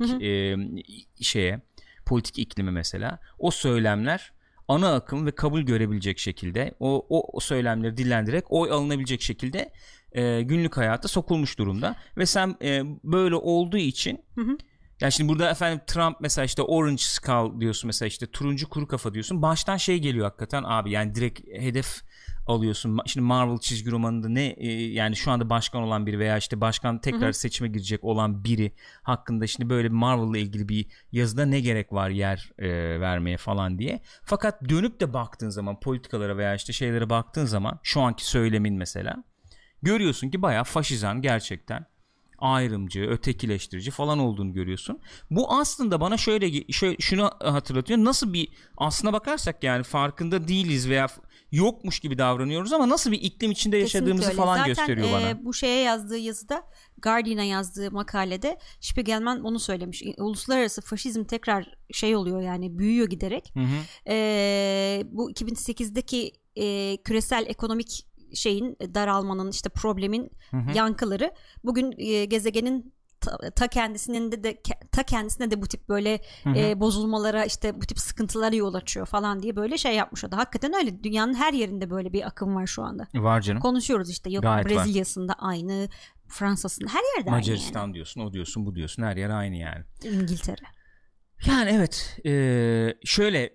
Speaker 1: politik iklimi mesela. O söylemler ana akım ve kabul görebilecek şekilde o söylemleri dillendirerek oy alınabilecek şekilde günlük hayata sokulmuş durumda ve sen böyle olduğu için yani şimdi burada efendim Trump mesela işte Orange Skull diyorsun, mesela işte turuncu kuru kafa diyorsun, baştan şey geliyor hakikaten abi, yani direkt hedef alıyorsun. Şimdi Marvel çizgi romanında ne yani şu anda başkan olan biri veya işte başkan tekrar seçime girecek olan biri hakkında şimdi böyle bir Marvel'la ilgili bir yazıda ne gerek var yer vermeye falan diye. Fakat dönüp de baktığın zaman politikalara veya işte şeylere baktığın zaman şu anki söylemin mesela görüyorsun ki bayağı faşizan, gerçekten ayrımcı, ötekileştirici falan olduğunu görüyorsun. Bu aslında bana şunu hatırlatıyor. Nasıl bir, aslına bakarsak yani farkında değiliz veya yokmuş gibi davranıyoruz ama nasıl bir iklim içinde yaşadığımızı falan zaten gösteriyor bana.
Speaker 2: Bu şeye yazdığı yazıda, Guardian'a yazdığı makalede Spiegelman onu söylemiş. Uluslararası faşizm tekrar şey oluyor, yani büyüyor giderek. Bu 2008'deki küresel ekonomik şeyin daralmanın, işte problemin yankıları bugün gezegenin ta kendisine de bu tip böyle bozulmalara, işte bu tip sıkıntılara yol açıyor falan diye böyle şey yapmış o da. Hakikaten öyle. Dünyanın her yerinde böyle bir akım var şu anda.
Speaker 1: Var canım.
Speaker 2: Konuşuyoruz işte. Yok
Speaker 1: gayet
Speaker 2: Brezilya'sında var. Aynı, Fransa'sında, her yerde
Speaker 1: Macaristan
Speaker 2: aynı yani.
Speaker 1: diyorsun, o diyorsun, bu diyorsun, her yer aynı yani.
Speaker 2: İngiltere.
Speaker 1: Yani evet, şöyle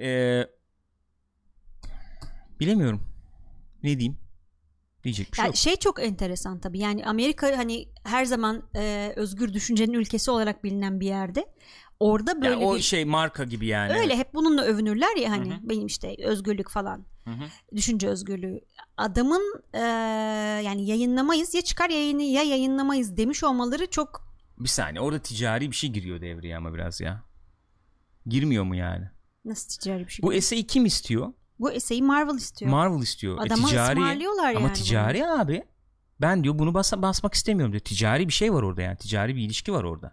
Speaker 1: bilemiyorum ne diyeyim. Diyecek bir şey
Speaker 2: Yani
Speaker 1: yok.
Speaker 2: şey çok enteresan tabii. Yani Amerika hani her zaman özgür düşüncenin ülkesi olarak bilinen bir yerde. Orada böyle
Speaker 1: yani o
Speaker 2: bir
Speaker 1: şey marka gibi yani.
Speaker 2: öyle hep bununla övünürler ya hani, benim işte özgürlük falan. Düşünce özgürlüğü. Adamın yani yayınlamayız ya çıkar yayını ya yayınlamayız demiş olmaları çok.
Speaker 1: Bir saniye, orada ticari bir şey giriyor devreye ama biraz ya. Girmiyor mu yani?
Speaker 2: Nasıl ticari bir şey?
Speaker 1: Bu eseyi kim istiyor?
Speaker 2: Bu eseyi Marvel istiyor.
Speaker 1: Marvel istiyor.
Speaker 2: Adama
Speaker 1: ticari,
Speaker 2: ısmarlıyorlar
Speaker 1: ama
Speaker 2: yani
Speaker 1: ticari bunu. Abi. Ben diyor bunu basmak istemiyorum diyor. Ticari bir şey var orada yani. Ticari bir ilişki var orada.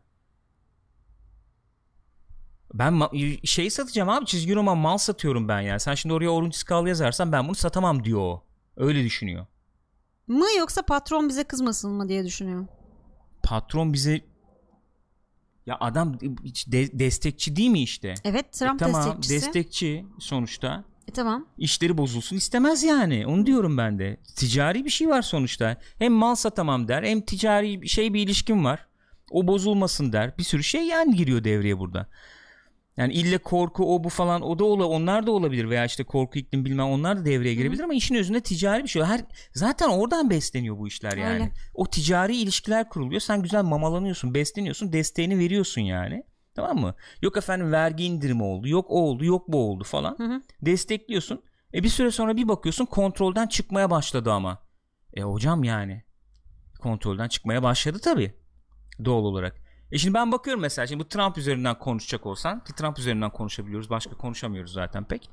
Speaker 1: Ben şey satacağım abi, çizgi roman mal satıyorum ben yani. Sen şimdi oraya Orange Skull yazarsan ben bunu satamam diyor o. Öyle düşünüyor.
Speaker 2: Mı yoksa patron bize kızmasın mı diye düşünüyor.
Speaker 1: Patron bize, ya adam destekçi değil mi işte?
Speaker 2: Evet, Trump
Speaker 1: tamam,
Speaker 2: destekçisi.
Speaker 1: Destekçi sonuçta.
Speaker 2: Tamam.
Speaker 1: İşleri bozulsun istemez yani. Onu diyorum ben de. Ticari bir şey var sonuçta. Hem mal satamam der, hem ticari bir ilişkim var. O bozulmasın der. Bir sürü şey yani giriyor devreye burada. Yani ille korku o bu falan, o da onlar da olabilir veya işte korku iklim bilmem, onlar da devreye girebilir ama işin özünde ticari bir şey. Zaten oradan besleniyor bu işler yani. Öyle. O ticari ilişkiler kuruluyor. Sen güzel mamalanıyorsun, besleniyorsun, desteğini veriyorsun yani. Tamam mı? Yok efendim vergi indirimi oldu, yok o oldu, yok bu oldu falan. Destekliyorsun. Bir süre sonra bir bakıyorsun kontrolden çıkmaya başladı ama. Hocam yani kontrolden çıkmaya başladı tabii. Doğal olarak. Şimdi ben bakıyorum mesela, şimdi bu Trump üzerinden konuşacak olsan, ki Trump üzerinden konuşabiliyoruz, başka konuşamıyoruz zaten pek.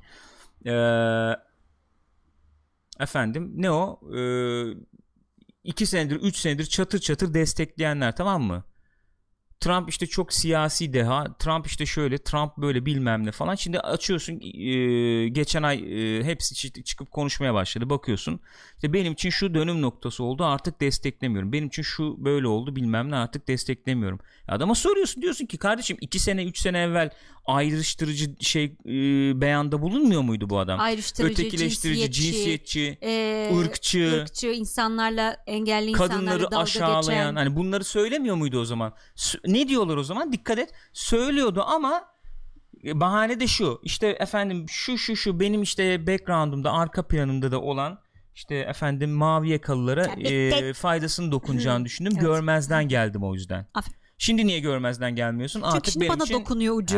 Speaker 1: Efendim ne o? 2 senedir 3 senedir çatır çatır destekleyenler, tamam mı? Trump işte çok siyasi deha, Trump işte şöyle, Trump böyle bilmem ne falan. Şimdi açıyorsun geçen ay hepsi çıkıp konuşmaya başladı. Bakıyorsun işte benim için şu dönüm noktası oldu, artık desteklemiyorum. Benim için şu böyle oldu bilmem ne, artık desteklemiyorum. Adama soruyorsun, diyorsun ki kardeşim 2 sene 3 sene evvel ayrıştırıcı beyanda bulunmuyor muydu bu adam?
Speaker 2: Ayrıştırıcı,
Speaker 1: ötekileştirici, cinsiyetçi, ırkçı,
Speaker 2: insanlarla, engelli insanlarla
Speaker 1: kadınları
Speaker 2: dalga
Speaker 1: aşağılayan,
Speaker 2: geçen.
Speaker 1: hani bunları söylemiyor muydu o zaman? Ne diyorlar o zaman? Dikkat et. Söylüyordu ama bahane de şu. İşte efendim şu benim işte background'umda, arka planımda da olan işte efendim mavi yakalılara faydasını dokunacağını düşündüm.
Speaker 2: Evet.
Speaker 1: Görmezden geldim o yüzden.
Speaker 2: Aferin.
Speaker 1: Şimdi niye görmezden gelmiyorsun?
Speaker 2: Çünkü
Speaker 1: Artık
Speaker 2: şimdi
Speaker 1: benim
Speaker 2: bana
Speaker 1: için
Speaker 2: dokunuyor ucu.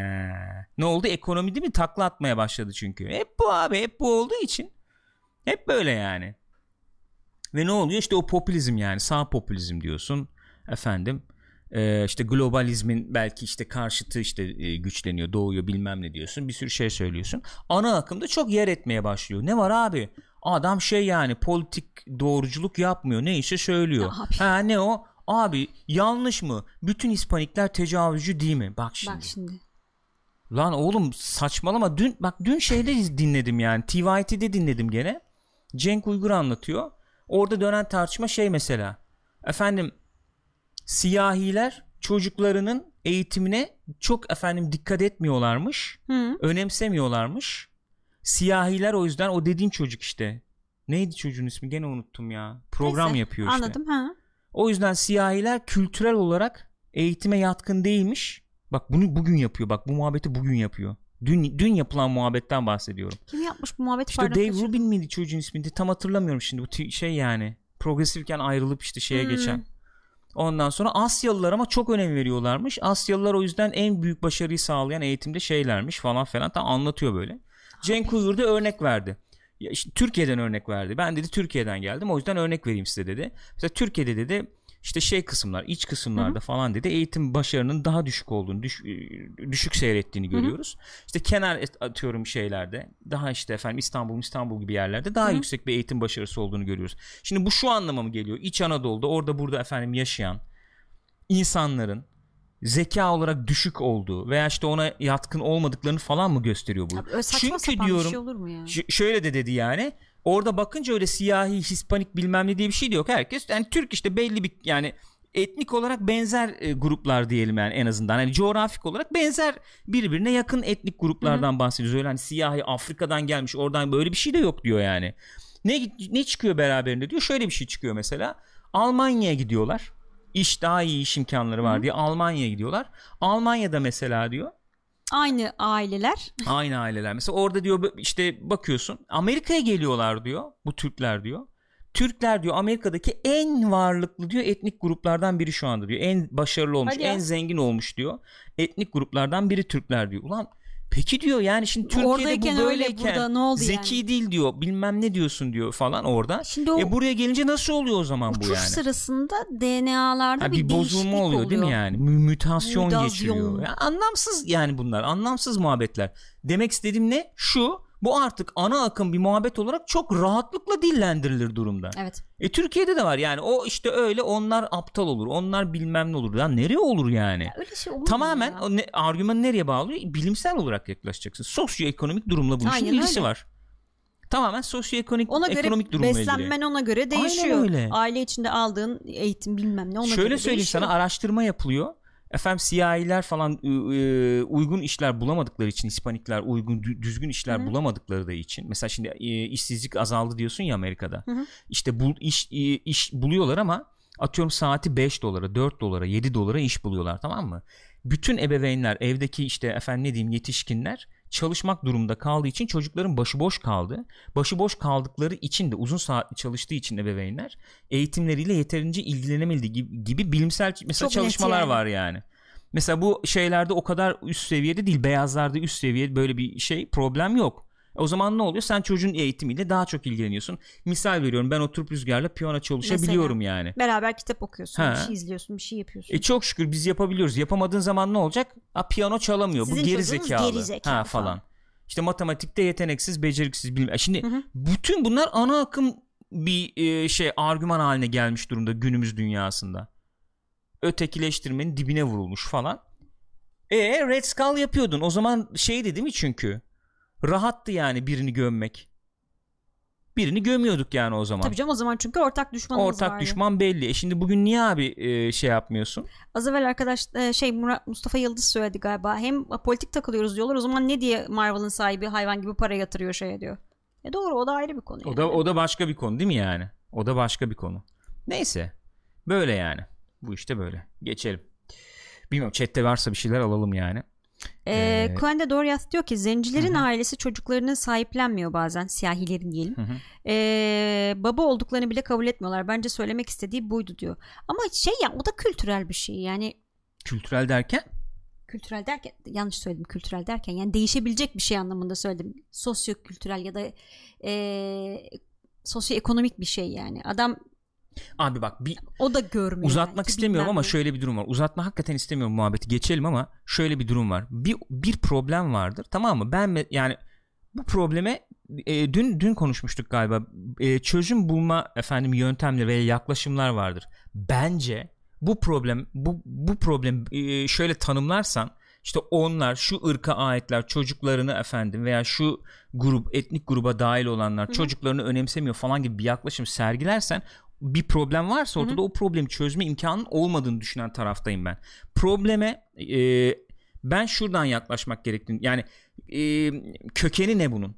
Speaker 1: Ne oldu? Ekonomi değil mi? Takla atmaya başladı çünkü. Hep bu abi. Hep bu olduğu için. Hep böyle yani. Ve ne oluyor? İşte o popülizm, yani sağ popülizm diyorsun. Efendim işte globalizmin belki işte karşıtı işte güçleniyor, doğuyor, bilmem ne diyorsun. Bir sürü şey söylüyorsun. Ana akımda çok yer etmeye başlıyor. Ne var abi? Adam yani politik doğruculuk yapmıyor. Neyse söylüyor. Ha, ne o? Abi yanlış mı? Bütün Hispanikler tecavüzcü değil mi? Bak şimdi. Lan oğlum saçmalama. Dün şeyde dinledim yani. TYT'de dinledim gene. Cenk Uygur anlatıyor. Orada dönen tartışma mesela. Efendim siyahiler çocuklarının eğitimine çok dikkat etmiyorlarmış. Önemsemiyorlarmış. Siyahiler o yüzden, o dediğim çocuk işte. Neydi çocuğun ismi? Gene unuttum ya. Program yapıyor işte.
Speaker 2: Anladım ha.
Speaker 1: O yüzden siyahiler kültürel olarak eğitime yatkın değilmiş. Bak bunu bugün yapıyor. Bak bu muhabbeti bugün yapıyor. Dün yapılan muhabbetten bahsediyorum.
Speaker 2: Kim yapmış bu muhabbeti?
Speaker 1: İşte Dave Rubin miydi çocuğun ismini? Tam hatırlamıyorum şimdi. Bu yani. Progresifken ayrılıp işte şeye geçen. Ondan sonra Asyalılar ama çok önem veriyorlarmış. Asyalılar o yüzden en büyük başarıyı sağlayan eğitimde şeylermiş falan filan. Tam anlatıyor böyle. Cenk Uygur da örnek verdi. Ya işte Türkiye'den örnek verdi. Ben dedi Türkiye'den geldim, o yüzden örnek vereyim size dedi. Mesela Türkiye'de dedi işte kısımlar, iç kısımlarda falan dedi eğitim başarının daha düşük olduğunu, düşük seyrettiğini görüyoruz. İşte kenar atıyorum şeylerde, daha işte İstanbul gibi yerlerde daha yüksek bir eğitim başarısı olduğunu görüyoruz. Şimdi bu şu anlama mı geliyor? İç Anadolu'da orada burada yaşayan insanların zeka olarak düşük olduğu veya işte ona yatkın olmadıklarını falan mı gösteriyor bu?
Speaker 2: Abi, çünkü diyorum, bir şey olur mu ya?
Speaker 1: Şöyle de dedi yani. Orada bakınca öyle siyahi, Hispanik bilmem ne diye bir şey de yok. Herkes yani Türk işte belli bir yani etnik olarak benzer gruplar diyelim yani en azından. Hani coğrafik olarak benzer, birbirine yakın etnik gruplardan bahsediyoruz. Öyle hani siyahi Afrika'dan gelmiş oradan, böyle bir şey de yok diyor yani. Ne çıkıyor beraberinde diyor. Şöyle bir şey çıkıyor mesela. Almanya'ya gidiyorlar. Daha iyi iş imkanları var diye Almanya'ya gidiyorlar. Almanya'da mesela diyor.
Speaker 2: Aynı aileler. Mesela orada diyor işte bakıyorsun Amerika'ya geliyorlar diyor bu Türkler diyor. Türkler diyor Amerika'daki en varlıklı diyor etnik gruplardan biri şu anda diyor. En başarılı olmuş, en zengin olmuş diyor. Etnik gruplardan biri Türkler diyor. Ulan peki diyor yani şimdi Türkiye'de oradayken
Speaker 1: bu böyleyken
Speaker 2: ne oldu
Speaker 1: zeki
Speaker 2: yani?
Speaker 1: değil diyor, bilmem ne diyorsun diyor falan orada.
Speaker 2: Şimdi
Speaker 1: buraya gelince nasıl oluyor o zaman bu yani?
Speaker 2: Uçuş sırasında DNA'larda bir
Speaker 1: bozulma oluyor değil mi yani? Mutasyon geçiriyor. Yani anlamsız yani bunlar. Anlamsız muhabbetler. Demek istediğim ne? Bu artık ana akım bir muhabbet olarak çok rahatlıkla dillendirilir durumda.
Speaker 2: Evet.
Speaker 1: Türkiye'de de var yani o işte öyle, onlar aptal olur, onlar bilmem ne olur. Ya nereye olur yani?
Speaker 2: Ya öyle şey olur
Speaker 1: tamamen
Speaker 2: ya.
Speaker 1: Argümanı nereye bağlıyor? Bilimsel olarak yaklaşacaksın. Sosyoekonomik durumla bu işin ilgisi var. Tamamen sosyoekonomik durumla ilgili.
Speaker 2: Beslenmen ona göre değişiyor. Aile içinde aldığın eğitim bilmem ne ona göre
Speaker 1: Şöyle söyleyeyim
Speaker 2: değişiyor.
Speaker 1: sana, araştırma yapılıyor. siyahiler falan uygun işler bulamadıkları için, Hispanikler uygun düzgün işler bulamadıkları da için, mesela şimdi işsizlik azaldı diyorsun ya Amerika'da. İşte iş buluyorlar ama atıyorum saati $5, $4, $7 iş buluyorlar, tamam mı? Bütün ebeveynler, evdeki işte yetişkinler çalışmak durumunda kaldığı için çocukların başıboş kaldı. Başıboş kaldıkları için de uzun saatli çalıştığı için ebeveynler eğitimleriyle yeterince ilgilenemediği gibi bilimsel mesela
Speaker 2: çok
Speaker 1: çalışmalar
Speaker 2: yani.
Speaker 1: var yani. Mesela bu şeylerde o kadar üst seviyede değil, beyazlarda üst seviyede böyle bir problem yok. O zaman ne oluyor? Sen çocuğun eğitimiyle daha çok ilgileniyorsun. Misal veriyorum, ben oturup Rüzgar'la piyano çalışabiliyorum mesela, yani.
Speaker 2: Beraber kitap okuyorsun, bir şey izliyorsun, bir şey yapıyorsun.
Speaker 1: Çok şükür biz yapabiliyoruz. Yapamadığın zaman ne olacak? Piyano çalamıyor.
Speaker 2: Sizin
Speaker 1: bu gerizekalı. Falan. İşte matematikte yeteneksiz, beceriksiz bilmem. Şimdi bütün bunlar ana akım bir argüman haline gelmiş durumda günümüz dünyasında. Ötekileştirmenin dibine vurulmuş falan. Red Skull yapıyordun. O zaman değil mi çünkü? Rahattı yani birini gömmek. birini gömüyorduk yani o zaman.
Speaker 2: Tabii canım, o zaman çünkü ortak düşmanımız vardı.
Speaker 1: Ortak düşman belli. Şimdi bugün niye abi şey yapmıyorsun?
Speaker 2: Az evvel arkadaş Mustafa Yıldız söyledi galiba. Hem politik takılıyoruz diyorlar. O zaman ne diye Marvel'ın sahibi hayvan gibi para yatırıyor şeye diyor. Doğru, o da ayrı bir konu.
Speaker 1: O da başka bir konu değil mi yani? O da başka bir konu. Neyse. Böyle yani. Bu işte böyle. Geçelim. Bilmiyorum, chatte varsa bir şeyler alalım yani.
Speaker 2: Kuende Doriath diyor ki zencilerin ailesi çocuklarını sahiplenmiyor bazen, siyahilerin diyelim. Baba olduklarını bile kabul etmiyorlar. Bence söylemek istediği buydu diyor. Ama o da kültürel bir şey yani.
Speaker 1: Kültürel derken
Speaker 2: Yanlış söyledim, kültürel derken yani değişebilecek bir şey anlamında söyledim. Sosyokültürel ya da sosyoekonomik bir şey yani. Adam
Speaker 1: abi bak,
Speaker 2: o da görmüyor.
Speaker 1: Uzatmak istemiyorum ama şöyle bir durum var. Uzatma hakikaten istemiyorum, muhabbeti geçelim ama şöyle bir durum var. Bir problem vardır, tamam mı? Ben yani bu probleme dün konuşmuştuk galiba. Çözüm bulma yöntemleri veya yaklaşımlar vardır. Bence bu problem şöyle tanımlarsan, işte onlar, şu ırka aitler çocuklarını veya şu etnik gruba dahil olanlar çocuklarını önemsemiyor falan gibi bir yaklaşım sergilersen, bir problem varsa ortada, o problemi çözme imkanının olmadığını düşünen taraftayım ben. Probleme ben şuradan yaklaşmak gerektiğini, yani kökeni ne bunun?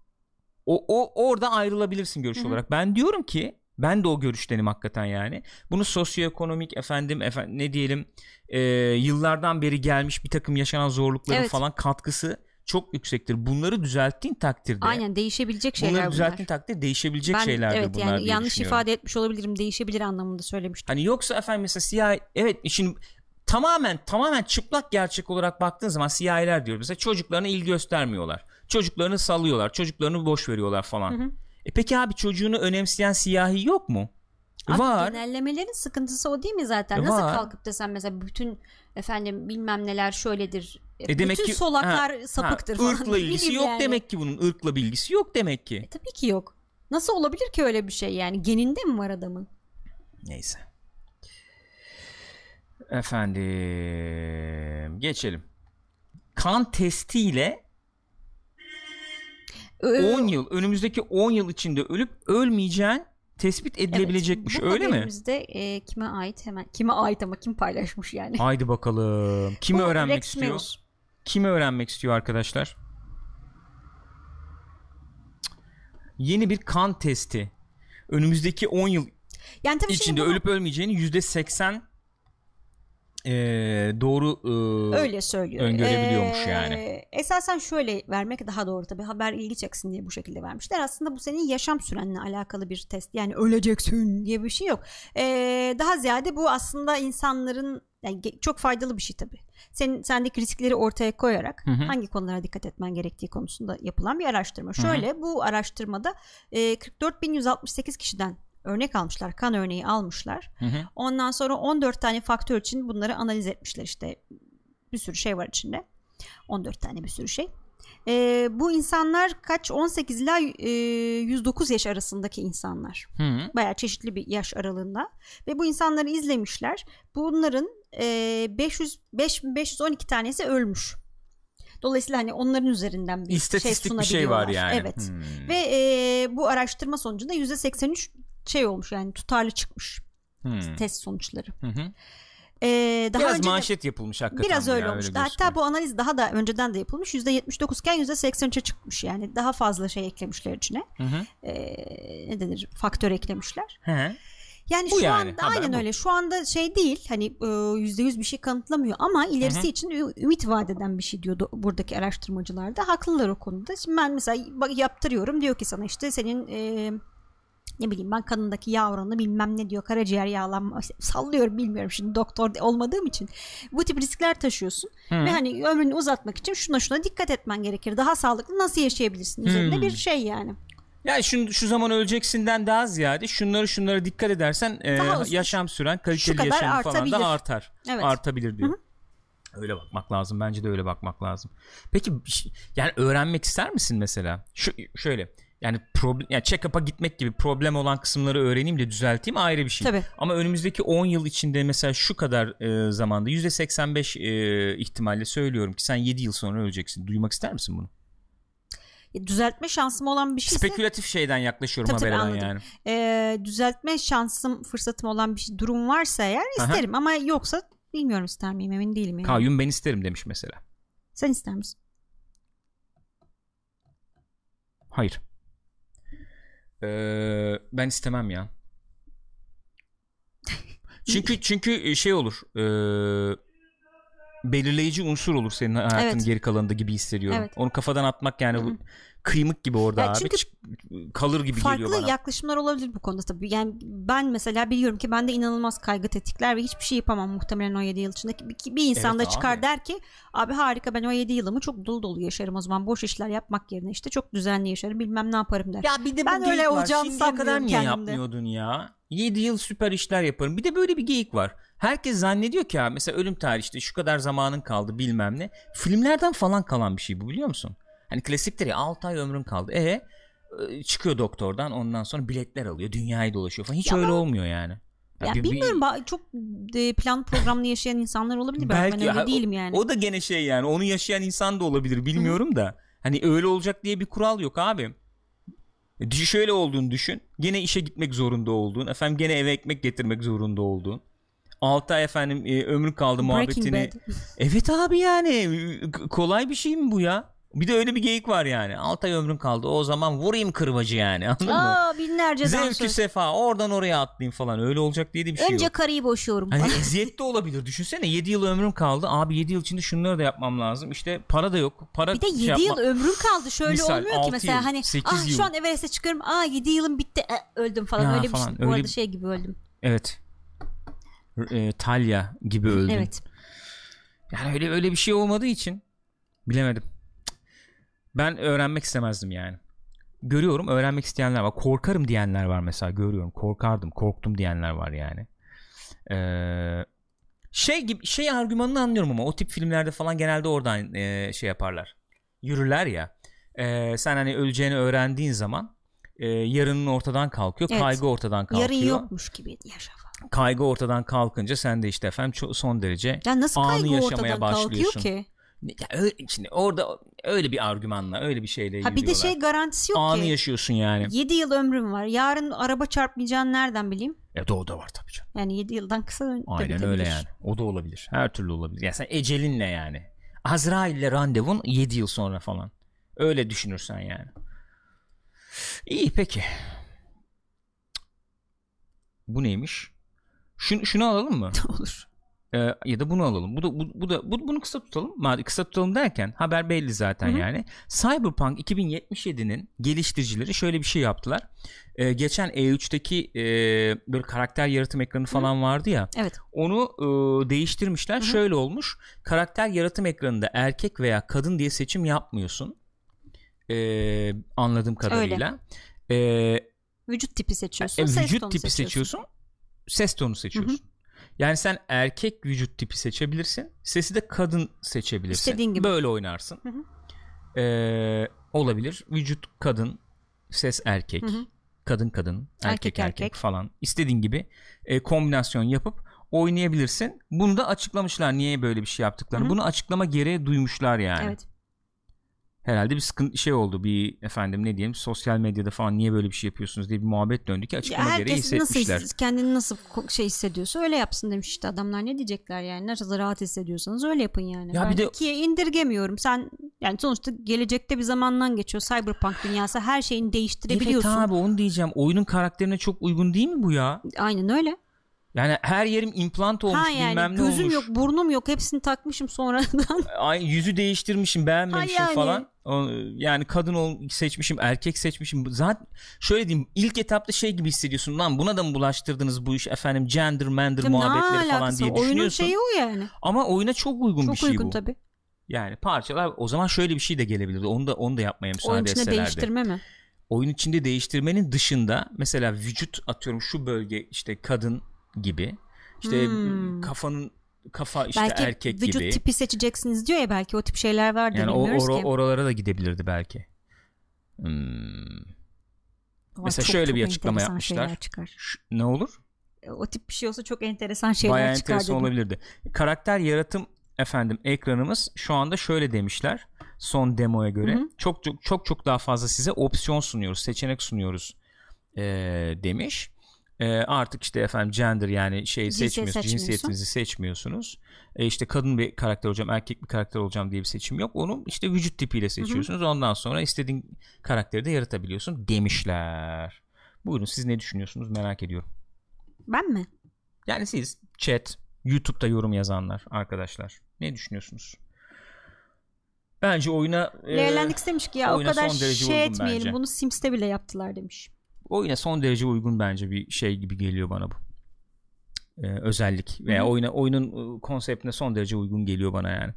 Speaker 1: Orada ayrılabilirsin görüş olarak. Ben diyorum ki, ben de o görüştenim hakikaten yani. Bunu sosyoekonomik ne diyelim, yıllardan beri gelmiş bir takım yaşanan zorlukların falan katkısı çok yüksektir. Bunları düzelttiğin takdirde,
Speaker 2: aynen, değişebilecek şeyler bunlar.
Speaker 1: Bunları düzelttiğin takdirde değişebilecek şeylerdir
Speaker 2: evet,
Speaker 1: bunlar
Speaker 2: yani yanlış
Speaker 1: düşünüyorum.
Speaker 2: ifade etmiş olabilirim. Değişebilir anlamında söylemiştim.
Speaker 1: Hani yoksa mesela siyah, evet, şimdi tamamen çıplak gerçek olarak baktığın zaman siyahiler diyoruz. Mesela çocuklarına ilgi göstermiyorlar. Çocuklarını salıyorlar. Çocuklarını boş veriyorlar falan. Peki abi, çocuğunu önemseyen siyahi yok mu?
Speaker 2: Abi,
Speaker 1: var.
Speaker 2: genellemelerin sıkıntısı o değil mi zaten? Nasıl kalkıp desen mesela bütün bilmem neler şöyledir.
Speaker 1: Demek
Speaker 2: bütün
Speaker 1: ki
Speaker 2: solaklar sapıktır falan.
Speaker 1: Irkla ilgisi yok yani. Demek ki bunun ırkla bilgisi yok demek ki.
Speaker 2: Tabii ki yok. Nasıl olabilir ki öyle bir şey yani? Geninde mi var adamın?
Speaker 1: Neyse. Geçelim. Kan testiyle 10 yıl, önümüzdeki 10 yıl içinde ölüp ölmeyeceğin tespit edilebilecekmiş, öyle mi? Bu
Speaker 2: haberimizde kime ait ama kim paylaşmış yani?
Speaker 1: Haydi bakalım. Kimi öğrenmek istiyor? Meus. Kimi öğrenmek istiyor arkadaşlar? Yeni bir kan testi. Önümüzdeki 10 yıl içinde ölüp ölmeyeceğini %80 doğru
Speaker 2: öyle söylüyor.
Speaker 1: Öngörebiliyormuş yani.
Speaker 2: Esasen şöyle vermek daha doğru tabii. Haber ilgi çeksin diye bu şekilde vermişler. Aslında bu senin yaşam sürenle alakalı bir test. Yani öleceksin diye bir şey yok. Daha ziyade bu aslında insanların, yani çok faydalı bir şey tabii. Sendeki riskleri ortaya koyarak hangi konulara dikkat etmen gerektiği konusunda yapılan bir araştırma. Şöyle, bu araştırmada 44.168 kişiden örnek almışlar, kan örneği almışlar. Ondan sonra 14 tane faktör için bunları analiz etmişler. İşte bir sürü şey var içinde. 14 tane bir sürü şey. Bu insanlar 18 ila 109 yaş arasındaki insanlar. Bayağı çeşitli bir yaş aralığında. Ve bu insanları izlemişler. Bunların 5512 tanesi ölmüş. Dolayısıyla onların üzerinden bir
Speaker 1: İstatistik
Speaker 2: şey
Speaker 1: bir şey var yani.
Speaker 2: Evet. Ve bu araştırma sonucunda %83 olmuş, yani tutarlı çıkmış test sonuçları.
Speaker 1: Biraz manşet yapılmış hakikaten.
Speaker 2: Biraz öyle olmuş. Hatta bu analiz daha da önceden de yapılmış. %79 iken %83'e çıkmış, yani daha fazla şey eklemişler içine. Ne denir? Faktör eklemişler. Yani bu şu anda aynen öyle. Şu anda değil, %100 bir şey kanıtlamıyor ama ilerisi için ümit vadeden bir şey diyordu buradaki araştırmacılar da. Haklılar o konuda. Şimdi ben mesela yaptırıyorum, diyor ki sana işte senin ne bileyim ben kanındaki yağ oranı bilmem ne diyor, karaciğer yağlanma, sallıyorum, bilmiyorum şimdi, doktor olmadığım için. Bu tip riskler taşıyorsun ve ömrünü uzatmak için şuna dikkat etmen gerekir. Daha sağlıklı nasıl yaşayabilirsin üzerinde bir şey yani.
Speaker 1: Yani şu zaman öleceksinden daha ziyade şunlara dikkat edersen yaşam süren, kaliteli yaşam falan da artar. Evet. Artabilir diyor. Öyle bakmak lazım. Bence de öyle bakmak lazım. Peki yani öğrenmek ister misin mesela? Şöyle yani check-up'a gitmek gibi problem olan kısımları öğreneyim de düzelteyim, ayrı bir şey.
Speaker 2: Tabii.
Speaker 1: Ama önümüzdeki 10 yıl içinde mesela şu kadar zamanda %85 ihtimalle söylüyorum ki sen 7 yıl sonra öleceksin. Duymak ister misin bunu?
Speaker 2: düzeltme şansım olan bir şeyse
Speaker 1: Spekülatif şeyden yaklaşıyorum
Speaker 2: tabii,
Speaker 1: habere ben yani.
Speaker 2: Düzeltme şansım, fırsatım olan bir durum varsa eğer isterim. Ama yoksa bilmiyorum, ister miyim, emin değilim yani.
Speaker 1: Kayyum ben isterim demiş mesela.
Speaker 2: Sen ister misin?
Speaker 1: Hayır. Ben istemem ya. Çünkü şey olur. Belirleyici unsur olur senin hayatın geri kalanında gibi hissediyorum. Evet. Onu kafadan atmak yani bu kıymık gibi orada abi. Kalır gibi geliyor bana.
Speaker 2: Farklı yaklaşımlar olabilir bu konuda tabii. Yani ben mesela biliyorum ki bende inanılmaz kaygı tetikler ve hiçbir şey yapamam muhtemelen o 7 yıl içinde. Bir insan da çıkar der ki abi harika, ben o 7 yılımı çok dolu dolu yaşarım o zaman, boş işler yapmak yerine işte çok düzenli yaşarım, bilmem ne yaparım der.
Speaker 1: Ya bir de ben öyle olacağını sanmıyorum kendimde. Yapmıyordun ya. 7 yıl süper işler yaparım. Bir de böyle bir geyik var. Herkes zannediyor ki mesela ölüm tarihi işte şu kadar zamanın kaldı bilmem ne. Filmlerden falan kalan bir şey bu, biliyor musun? Hani klasiktir ya, 6 ay ömrün kaldı. Çıkıyor doktordan, ondan sonra biletler alıyor, dünyayı dolaşıyor falan. Hiç öyle olmuyor yani.
Speaker 2: Ya bilmiyorum, çok plan programlı yaşayan insanlar olabilir.
Speaker 1: Belki
Speaker 2: ben öyle değilim yani.
Speaker 1: O da gene şey yani, onu yaşayan insan da olabilir, bilmiyorum da. Hani öyle olacak diye bir kural yok abi. Şöyle olduğunu düşün. Gene işe gitmek zorunda olduğun, efendim gene eve ekmek getirmek zorunda olduğun. 6 ay efendim ömrün kaldı muhabbetini. Evet abi yani kolay bir şey mi bu ya? Bir de öyle bir geyik var yani. 6 ay ömrün kaldı, o zaman vurayım kırbacı yani, anladın mı?
Speaker 2: Binlerce
Speaker 1: zevkü sefa, oradan oraya atlayayım falan, öyle olacak diye de bir şey yok.
Speaker 2: Önce karıyı boşuyorum.
Speaker 1: Hani eziyet de olabilir, düşünsene 7 yıl ömrüm kaldı abi, 7 yıl içinde şunları da yapmam lazım, işte para da yok. Bir
Speaker 2: de 7 yıl ömrün kaldı, şöyle
Speaker 1: misal,
Speaker 2: olmuyor ki mesela
Speaker 1: yıl,
Speaker 2: hani
Speaker 1: yıl.
Speaker 2: şu an Everest'e çıkıyorum, 7 yılım bitti, öldüm falan,
Speaker 1: ya
Speaker 2: öyle
Speaker 1: falan.
Speaker 2: bir şey. Bu arada şey gibi öldüm.
Speaker 1: Evet. Talya gibi öldüm.
Speaker 2: Evet.
Speaker 1: Yani öyle bir şey olmadığı için bilemedim. Ben öğrenmek istemezdim yani. Görüyorum öğrenmek isteyenler var. Korkarım diyenler var mesela, görüyorum. Korktum diyenler var yani. Şey argümanını anlıyorum ama o tip filmlerde falan genelde oradan şey yaparlar. Yürürler ya. Sen hani öleceğini öğrendiğin zaman yarının ortadan kalkıyor. Evet. Kaygı ortadan kalkıyor.
Speaker 2: Yarın yokmuş gibi yaşa falan.
Speaker 1: Kaygı ortadan kalkınca sen de işte efendim son derece
Speaker 2: ya nasıl
Speaker 1: anı yaşamaya başlıyorsun.
Speaker 2: Ki?
Speaker 1: Ya şimdi orada öyle bir argümanla, öyle bir şeyle yürüyorlar.
Speaker 2: Bir de şey garantisi yok
Speaker 1: anı
Speaker 2: ki.
Speaker 1: Anı yaşıyorsun yani.
Speaker 2: 7 yıl ömrüm var. Yarın araba çarpmayacağını nereden bileyim?
Speaker 1: Evet, o da var tabii canım.
Speaker 2: Yani 7 yıldan kısa.
Speaker 1: Aynen öyle yani. O da olabilir. Her türlü olabilir. Yani sen ecelinle yani. Azrail'le randevun 7 yıl sonra falan. Öyle düşünürsen yani. İyi peki. Bu neymiş? Şunu alalım mı?
Speaker 2: Olur.
Speaker 1: Ya da bunu alalım. Bunu kısa tutalım. Kısa tutalım derken haber belli zaten. Hı-hı. Yani. Cyberpunk 2077'nin geliştiricileri şöyle bir şey yaptılar. Geçen E3'teki böyle karakter yaratım ekranı falan vardı ya.
Speaker 2: Evet.
Speaker 1: Onu değiştirmişler. Hı-hı. Şöyle olmuş. Karakter yaratım ekranında erkek veya kadın diye seçim yapmıyorsun. Anladığım kadarıyla.
Speaker 2: Vücut tipi seçiyorsun.
Speaker 1: Vücut tipi seçiyorsun. Ses tonu seçiyorsun. Hı-hı. Yani sen erkek vücut tipi seçebilirsin. Sesi de kadın seçebilirsin.
Speaker 2: İstediğin gibi.
Speaker 1: Böyle oynarsın. Olabilir. Vücut kadın, ses erkek. Hı-hı. Kadın, erkek falan. İstediğin gibi kombinasyon yapıp oynayabilirsin. Bunu da açıklamışlar niye böyle bir şey yaptıklarını. Hı-hı. Bunu açıklama gereği duymuşlar yani.
Speaker 2: Evet.
Speaker 1: Herhalde bir sıkıntı şey oldu, bir efendim ne diyelim, sosyal medyada falan niye böyle bir şey yapıyorsunuz diye bir muhabbet döndü ki açıklama gereği hissetmişler.
Speaker 2: Herkes kendini nasıl şey hissediyorsa öyle yapsın demiş işte adamlar, ne diyecekler yani, nasıl rahat hissediyorsanız öyle yapın yani.
Speaker 1: Ya
Speaker 2: ben
Speaker 1: bir de
Speaker 2: ikiye indirgemiyorum, sen yani sonuçta gelecekte bir zamandan geçiyor, Cyberpunk dünyası, her şeyini değiştirebiliyorsun.
Speaker 1: Evet abi, onu diyeceğim, oyunun karakterine çok uygun değil mi bu ya?
Speaker 2: Aynen öyle.
Speaker 1: Yani her yerim implant olmuş, yani bilmem ne olmuş.
Speaker 2: Gözüm yok, burnum yok, hepsini takmışım sonradan.
Speaker 1: Yüzü değiştirmişim, beğenmemişim falan. Yani kadın seçmişim, erkek seçmişim. Zaten şöyle diyeyim, ilk etapta şey gibi hissediyorsun, lan buna da mı bulaştırdınız bu iş efendim, gender muhabbetleri falan diye düşünüyorsun. Oyunun
Speaker 2: şeyi o yani.
Speaker 1: Ama oyuna çok uygun bir şey bu.
Speaker 2: Çok uygun tabii.
Speaker 1: Yani parçalar, o zaman şöyle bir şey de gelebilirdi. Onu da yapmaya müsaade etselerdi.
Speaker 2: Oyun içinde değiştirme mi?
Speaker 1: Oyun içinde değiştirmenin dışında mesela vücut, atıyorum şu bölge işte kadın gibi, işte kafa işte
Speaker 2: belki
Speaker 1: erkek gibi.
Speaker 2: Belki vücut tipi seçeceksiniz diyor ya, belki o tip şeyler vardı,
Speaker 1: yani
Speaker 2: bilmiyoruz ki.
Speaker 1: Oralara da gidebilirdi belki. Mesela şöyle bir açıklama yapmışlar. Ne olur?
Speaker 2: O tip bir şey olsa çok enteresan şeyler
Speaker 1: bayağı
Speaker 2: çıkar.
Speaker 1: Bayağı enteresan olabilirdi. Karakter yaratım efendim ekranımız şu anda şöyle demişler son demoya göre.
Speaker 2: Hı-hı.
Speaker 1: Çok daha fazla size opsiyon sunuyoruz, seçenek sunuyoruz demiş. Artık işte efendim gender yani seçmiyorsunuz, cinsiyetinizi seçmiyorsunuz. İşte kadın bir karakter olacağım, erkek bir karakter olacağım diye bir seçim yok. Onu işte vücut tipiyle seçiyorsunuz. Hı-hı. Ondan sonra istediğin karakteri de yaratabiliyorsun demişler. Buyurun, siz ne düşünüyorsunuz merak ediyorum.
Speaker 2: Ben mi?
Speaker 1: Yani siz chat, YouTube'da yorum yazanlar arkadaşlar ne düşünüyorsunuz? Bence oyuna
Speaker 2: Leylendix demiş ki ya o kadar etmeyelim bence. Bunu Sims'te bile yaptılar demiş.
Speaker 1: Oyuna son derece uygun bence bir şey gibi geliyor bana bu. Özellik veya oyunun konseptine son derece uygun geliyor bana yani.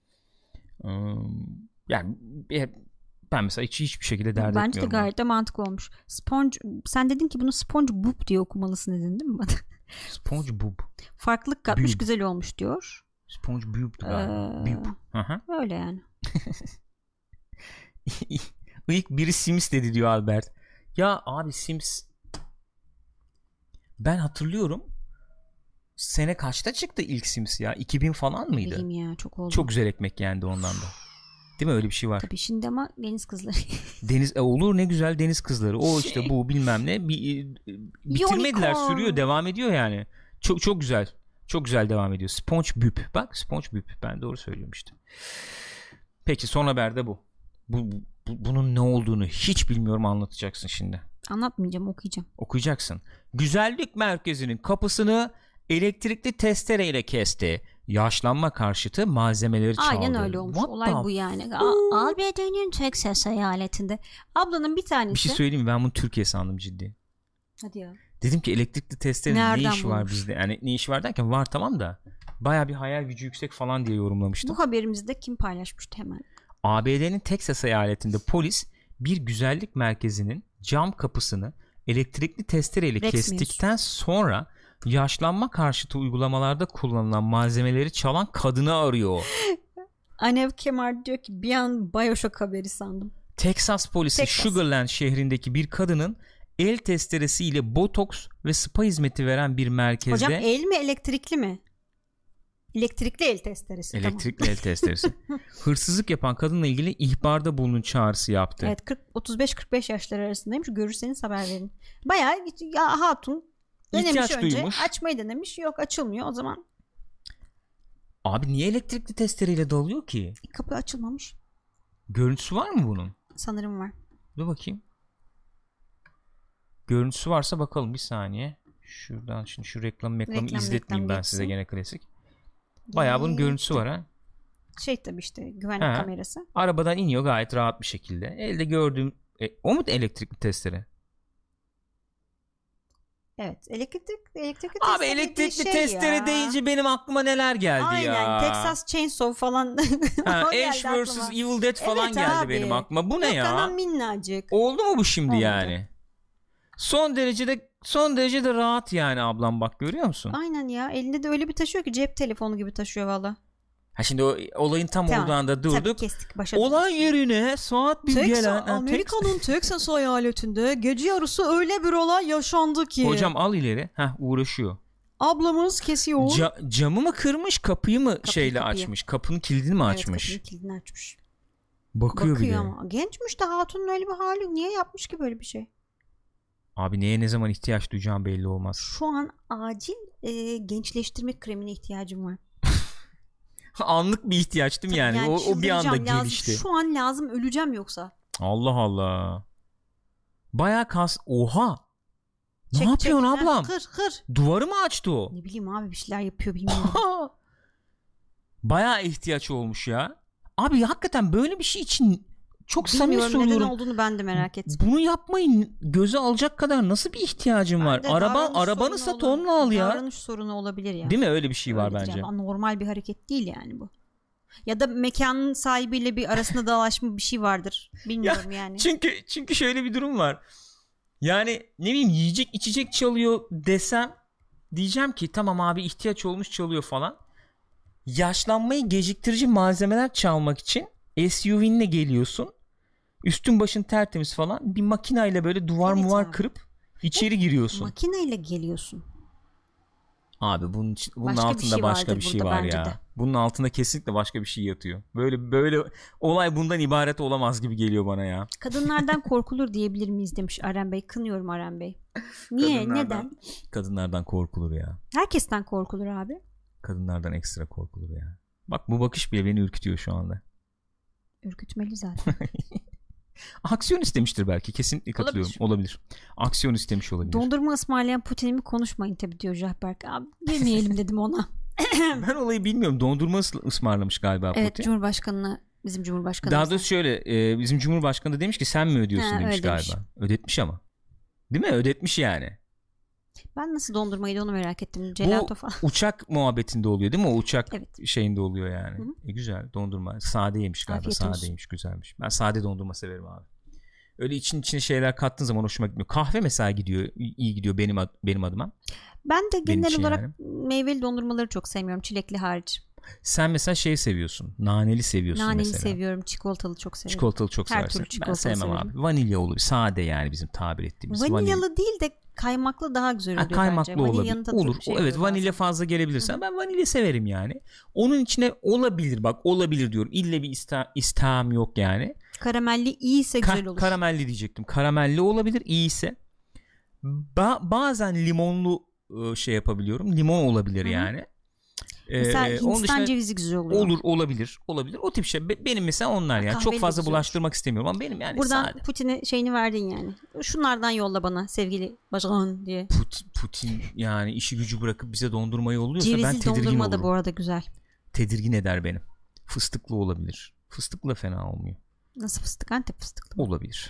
Speaker 1: Yani ben mesela hiçbir şekilde dert etmiyorum.
Speaker 2: Bence de gayet de mantıklı olmuş. Sen dedin ki bunu SpongeBob diye okumalısın dedin değil mi bana?
Speaker 1: SpongeBob.
Speaker 2: Farklılık katmış, Boob. Güzel olmuş diyor.
Speaker 1: SpongeBob.
Speaker 2: Öyle yani.
Speaker 1: İlk biri Sims dedi diyor Albert. Ya abi Sims ben hatırlıyorum. Sene kaçta çıktı ilk Sims ya? 2000 falan mıydı?
Speaker 2: Bileyim ya, çok oldu.
Speaker 1: Çok güzel ekmek yendi ondan da. Değil mi, öyle bir şey var.
Speaker 2: Tabii şimdi ama deniz kızları.
Speaker 1: Olur ne güzel deniz kızları. O işte bu bilmem ne. Bitirmediler, sürüyor, devam ediyor yani. Çok güzel. Çok güzel devam ediyor. SpongeBob. Bak SpongeBob. Ben doğru söylüyorum işte. Peki son haberde bu. Bunun ne olduğunu hiç bilmiyorum, anlatacaksın şimdi.
Speaker 2: Anlatmayacağım, okuyacağım.
Speaker 1: Okuyacaksın. Güzellik merkezinin kapısını elektrikli testereyle kesti. Yaşlanma karşıtı malzemeleri çaldı.
Speaker 2: Aynen öyle olmuş. Olay bu yani. ABD'nin Texas eyaletinde. Ablanın bir tanesi.
Speaker 1: Bir şey söyleyeyim mi? Ben bunu Türkiye sandım ciddi.
Speaker 2: Hadi ya.
Speaker 1: Dedim ki elektrikli testerenin ne işi var bizde? Yani ne işi var derken var tamam da. Baya bir hayal gücü yüksek falan diye yorumlamıştım.
Speaker 2: Bu haberimizi de kim paylaşmıştı hemen?
Speaker 1: ABD'nin Texas eyaletinde polis bir güzellik merkezinin cam kapısını elektrikli testereyle kestikten sonra yaşlanma karşıtı uygulamalarda kullanılan malzemeleri çalan kadını arıyor.
Speaker 2: Alev Kemar diyor ki bir an BioShock haberi sandım.
Speaker 1: Texas polisi Sugarland şehrindeki bir kadının el testeresiyle botoks ve spa hizmeti veren bir merkezde.
Speaker 2: Hocam el mi elektrikli mi? Elektrikli el testeresi.
Speaker 1: Elektrikli tamam. El testeresi. Hırsızlık yapan kadınla ilgili ihbarda bulunun çağrısı yaptı.
Speaker 2: Evet, 35-45 yaşları arasındaymış. Görürseniz haber verin. Bayağı ya hatun denemiş
Speaker 1: İhtiyaç
Speaker 2: önce.
Speaker 1: Duymuş.
Speaker 2: Açmayı denemiş. Yok, açılmıyor o zaman.
Speaker 1: Abi niye elektrikli testereyle dalıyor ki?
Speaker 2: Kapı açılmamış.
Speaker 1: Görüntüsü var mı bunun?
Speaker 2: Sanırım var.
Speaker 1: Dur bakayım. Görüntüsü varsa bakalım bir saniye. Şuradan şimdi şu reklamı izletmeyeyim ben size, gene klasik. Bayağı bunun görüntüsü var ha.
Speaker 2: Tabii işte güvenlik kamerası.
Speaker 1: Arabadan iniyor gayet rahat bir şekilde. Elde gördüğüm o mu elektrikli testere?
Speaker 2: Evet, elektrikli
Speaker 1: abi elektrikli testere deyince benim aklıma neler geldi.
Speaker 2: Aynen, Texas Chainsaw falan.
Speaker 1: Ash vs Evil Dead falan geldi abi. Benim aklıma. Bu ne ya?
Speaker 2: Minnacık.
Speaker 1: Oldu mu bu şimdi? Olmadı. Yani? Son derece de rahat yani ablam, bak görüyor musun?
Speaker 2: Aynen ya, elinde de öyle bir taşıyor ki cep telefonu gibi taşıyor valla.
Speaker 1: Ha şimdi o olayın tam olduğu anda durduk.
Speaker 2: Tabii kestik,
Speaker 1: olay yerine saat bir gelen
Speaker 2: Amerika'nın Texas eyaletinde gece yarısı öyle bir olay yaşandı ki.
Speaker 1: Hocam al ileri. Uğraşıyor.
Speaker 2: Ablamız kesiyor.
Speaker 1: Camı mı kırmış, kapıyı mı açmış? Kapının kilidini mi açmış?
Speaker 2: Evet, kapının kilidini açmış.
Speaker 1: Bakıyor bile.
Speaker 2: Ama gençmiş de hatunun öyle bir hali, niye yapmış ki böyle bir şey?
Speaker 1: Abi neye ne zaman ihtiyaç duyacağım belli olmaz.
Speaker 2: Şu an acil gençleştirme kremine ihtiyacım var.
Speaker 1: Anlık bir ihtiyaç değil mi yani? O bir anda gelişti.
Speaker 2: Şu an lazım, öleceğim yoksa.
Speaker 1: Allah Allah. Bayağı Oha. Ne yapıyorsun ablam?
Speaker 2: Kır.
Speaker 1: Duvarı mı açtı o?
Speaker 2: Ne bileyim abi, bir şeyler yapıyor bilmiyorum.
Speaker 1: Bayağı ihtiyaç olmuş ya. Abi hakikaten böyle bir şey için çok samimi soruyorum.
Speaker 2: Neden olduğunu ben de merak ettim.
Speaker 1: Bunu yapmayın, göze alacak kadar nasıl bir ihtiyacın var? Arabanı sat, onunla al ya.
Speaker 2: Davranış sorunu olabilir ya.
Speaker 1: Değil mi? Öyle bir şey var bence.
Speaker 2: Yani. Normal bir hareket değil yani bu. Ya da mekanın sahibiyle bir arasında dalaşma bir şey vardır. Bilmiyorum yani.
Speaker 1: Çünkü şöyle bir durum var. Yani ne bileyim, yiyecek içecek çalıyor desem, diyeceğim ki tamam abi ihtiyaç olmuş çalıyor falan. Yaşlanmayı geciktirici malzemeler çalmak için SUV'nle geliyorsun. Üstün başın tertemiz falan. Bir makinayla böyle duvar kırıp içeri giriyorsun.
Speaker 2: Makineyle geliyorsun.
Speaker 1: Abi bunun
Speaker 2: Başka bir
Speaker 1: altında
Speaker 2: şey
Speaker 1: başka
Speaker 2: vardır
Speaker 1: bir şey
Speaker 2: burada
Speaker 1: var
Speaker 2: bence
Speaker 1: ya.
Speaker 2: de.
Speaker 1: Bunun altında kesinlikle başka bir şey yatıyor. Böyle olay bundan ibaret olamaz gibi geliyor bana ya.
Speaker 2: Kadınlardan korkulur diyebilir miyiz demiş Aren Bey. Kınıyorum Aren Bey. Niye? Neden?
Speaker 1: Kadınlardan korkulur ya.
Speaker 2: Herkesten korkulur abi.
Speaker 1: Kadınlardan ekstra korkulur ya. Bak bu bakış bile beni ürkütüyor şu anda.
Speaker 2: Ürkütmeli zaten.
Speaker 1: Aksiyon istemiştir belki. Kesinlikle katılıyorum. Olabilir. Aksiyon istemiş olabilir.
Speaker 2: Dondurma ısmarlayan Putin'i mi konuşmayın tabii diyor Jahberk. Abi girmeyelim dedim ona.
Speaker 1: Ben olayı bilmiyorum. Dondurma ısmarlamış galiba
Speaker 2: Evet,
Speaker 1: Putin.
Speaker 2: Cumhurbaşkanına, bizim Cumhurbaşkanımız.
Speaker 1: Daha doğrusu şöyle bizim Cumhurbaşkanı da demiş ki sen mi ödüyorsun demiş
Speaker 2: ödemiş.
Speaker 1: galiba. Ödetmiş ama. Değil mi? Ödetmiş yani.
Speaker 2: Ben nasıl dondurmaydı onu merak ettim. Gelato falan.
Speaker 1: Uçak muhabbetinde oluyor değil mi? O uçak
Speaker 2: Evet.
Speaker 1: şeyinde oluyor yani. Güzel dondurma. Sade yemiş galiba.
Speaker 2: Afiyet
Speaker 1: Sade
Speaker 2: olsun.
Speaker 1: yemiş, güzelmiş. Ben sade dondurma severim abi. Öyle içine şeyler kattığın zaman hoşuma gitmiyor. Kahve mesela gidiyor, iyi gidiyor benim adıma.
Speaker 2: Ben de genel
Speaker 1: için
Speaker 2: olarak
Speaker 1: yani.
Speaker 2: meyveli dondurmaları çok sevmiyorum. Çilekli hariç.
Speaker 1: Sen mesela şey seviyorsun. Naneli seviyorsun
Speaker 2: Naneli
Speaker 1: mesela.
Speaker 2: seviyorum. Çikolatalı çok severim.
Speaker 1: Çikolatalı çok
Speaker 2: Her
Speaker 1: seversin.
Speaker 2: türlü
Speaker 1: Ben
Speaker 2: çikolatalı
Speaker 1: sevmem
Speaker 2: severim.
Speaker 1: abi. Vanilya olur. Sade yani bizim tabir ettiğimiz.
Speaker 2: Vanilyalı değil de kaymaklı daha güzel oluyor
Speaker 1: kaymaklı
Speaker 2: bence.
Speaker 1: olabilir.
Speaker 2: Vanilyanın tadı
Speaker 1: Olur.
Speaker 2: çok şey
Speaker 1: Evet,
Speaker 2: oluyor
Speaker 1: vanilya
Speaker 2: bazen.
Speaker 1: fazla gelebilirse ben vanilya severim yani. Onun içine olabilir, bak olabilir diyorum. İlle bir istem yok yani.
Speaker 2: Karamelli iyiyse güzel olur.
Speaker 1: Karamelli diyecektim. Karamelli olabilir iyiyse. Bazen limonlu şey yapabiliyorum. Limon olabilir yani.
Speaker 2: Mesela
Speaker 1: Onun
Speaker 2: Hindistan
Speaker 1: dışında
Speaker 2: cevizi güzel oluyor.
Speaker 1: olabilir. O tip şey. Benim mesela onlar yani. Çok
Speaker 2: Kahveli
Speaker 1: fazla
Speaker 2: güzel
Speaker 1: bulaştırmak istemiyorum ama benim yani
Speaker 2: Buradan
Speaker 1: sade.
Speaker 2: Putin'e şeyini verdin yani. Şunlardan yolla bana sevgili başkan diye.
Speaker 1: Putin yani işi gücü bırakıp bize dondurma yolluyorsa ben
Speaker 2: Cevizli
Speaker 1: tedirgin
Speaker 2: dondurma
Speaker 1: olurum.
Speaker 2: da bu arada güzel.
Speaker 1: Tedirgin eder benim. Fıstıklı olabilir. Fıstıklı da fena olmuyor.
Speaker 2: Nasıl fıstık? Antep fıstıklı.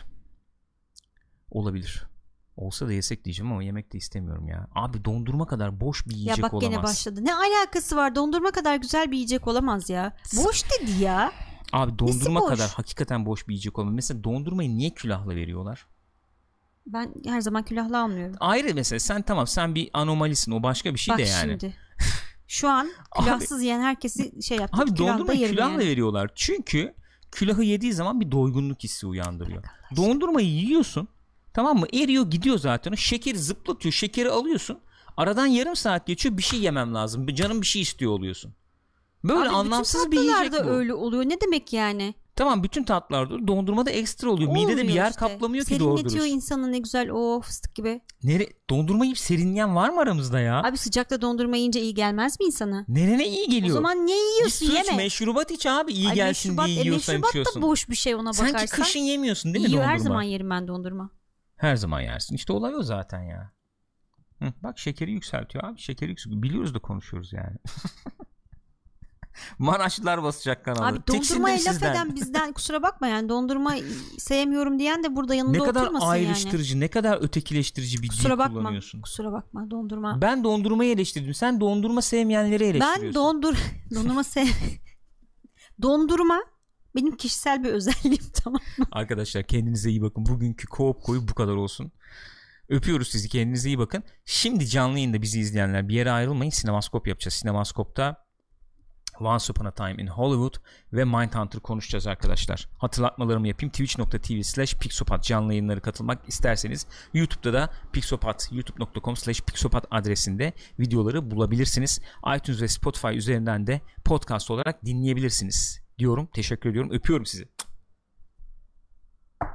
Speaker 1: Olabilir. Olsa da yesek diyeceğim ama yemek de istemiyorum ya. Abi dondurma kadar boş bir yiyecek
Speaker 2: Ya bak
Speaker 1: olamaz.
Speaker 2: gene başladı. Ne alakası var? Dondurma kadar güzel bir yiyecek olamaz ya. Boş dedi ya.
Speaker 1: Abi dondurma
Speaker 2: boş?
Speaker 1: kadar hakikaten boş bir yiyecek olamaz. Mesela dondurmayı niye külahla veriyorlar?
Speaker 2: Ben her zaman külahlı almıyorum.
Speaker 1: Ayrı mesela sen bir anomalisin, o başka bir şey
Speaker 2: Bak
Speaker 1: de yani.
Speaker 2: şimdi. Şu an külahsız yiyen herkesi şey yaptı.
Speaker 1: Abi dondurmayı külahla
Speaker 2: yani.
Speaker 1: veriyorlar. Çünkü külahı yediği zaman bir doygunluk hissi uyandırıyor. Dondurmayı yiyorsun. Tamam mı? Eriyor gidiyor zaten. Şekeri zıplatıyor. Şekeri alıyorsun. Aradan yarım saat geçiyor. Bir şey yemem lazım. Canım bir şey istiyor oluyorsun. Böyle
Speaker 2: Abi
Speaker 1: anlamsız bir yiyecek bu.
Speaker 2: öyle oluyor. Ne demek yani?
Speaker 1: Tamam, bütün tatlarda dondurmada ekstra oluyor. Midede bir yer
Speaker 2: işte.
Speaker 1: kaplamıyor ki doğru
Speaker 2: Serinletiyor
Speaker 1: dürüst.
Speaker 2: insanı ne güzel. O fıstık gibi.
Speaker 1: Dondurma yiyip serinleyen var mı aramızda ya?
Speaker 2: Abi sıcakta dondurma yiyince iyi gelmez mi insana?
Speaker 1: Nerene iyi geliyor?
Speaker 2: O zaman niye yiyorsun?
Speaker 1: Git
Speaker 2: Yeme.
Speaker 1: Meşrubat iç abi. İyi gelsin diye yiyorsan
Speaker 2: meşrubat
Speaker 1: içiyorsun.
Speaker 2: da boş bir şey ona bakarsan.
Speaker 1: Sanki kışın yemiyorsun değil mi dondurma?
Speaker 2: Her zaman yerim ben dondurma.
Speaker 1: Her zaman yersin. İşte olay o zaten ya. Bak şekeri yükseltiyor abi. Şekeri yükseltiyor. Biliyoruz da konuşuyoruz yani. Maraşlılar basacak kanalı.
Speaker 2: Abi dondurmaya laf
Speaker 1: sizden.
Speaker 2: eden bizden kusura bakma yani dondurma sevmiyorum diyen de burada yanında
Speaker 1: Ne kadar
Speaker 2: oturmasın
Speaker 1: ayrıştırıcı,
Speaker 2: yani.
Speaker 1: ne kadar ötekileştirici bir dil kullanıyorsun.
Speaker 2: Kusura bakma dondurma.
Speaker 1: Ben dondurmayı eleştirdim. Sen dondurma sevmeyenleri eleştiriyorsun.
Speaker 2: Ben dondurma dondurma benim kişisel bir özelliğim, tamam mı?
Speaker 1: Arkadaşlar kendinize iyi bakın. Bugünkü Koop Koyu bu kadar olsun. Öpüyoruz sizi. Kendinize iyi bakın. Şimdi canlı yayında bizi izleyenler bir yere ayrılmayın. Sinemaskop yapacağız. Sinemaskop'ta Once Upon a Time in Hollywood ve Mindhunter konuşacağız arkadaşlar. Hatırlatmalarımı yapayım. Twitch.tv/Pixopat canlı yayınları katılmak isterseniz YouTube'da da Pixopat, youtube.com/Pixopat adresinde videoları bulabilirsiniz. iTunes ve Spotify üzerinden de podcast olarak dinleyebilirsiniz diyorum. Teşekkür ediyorum. Öpüyorum sizi.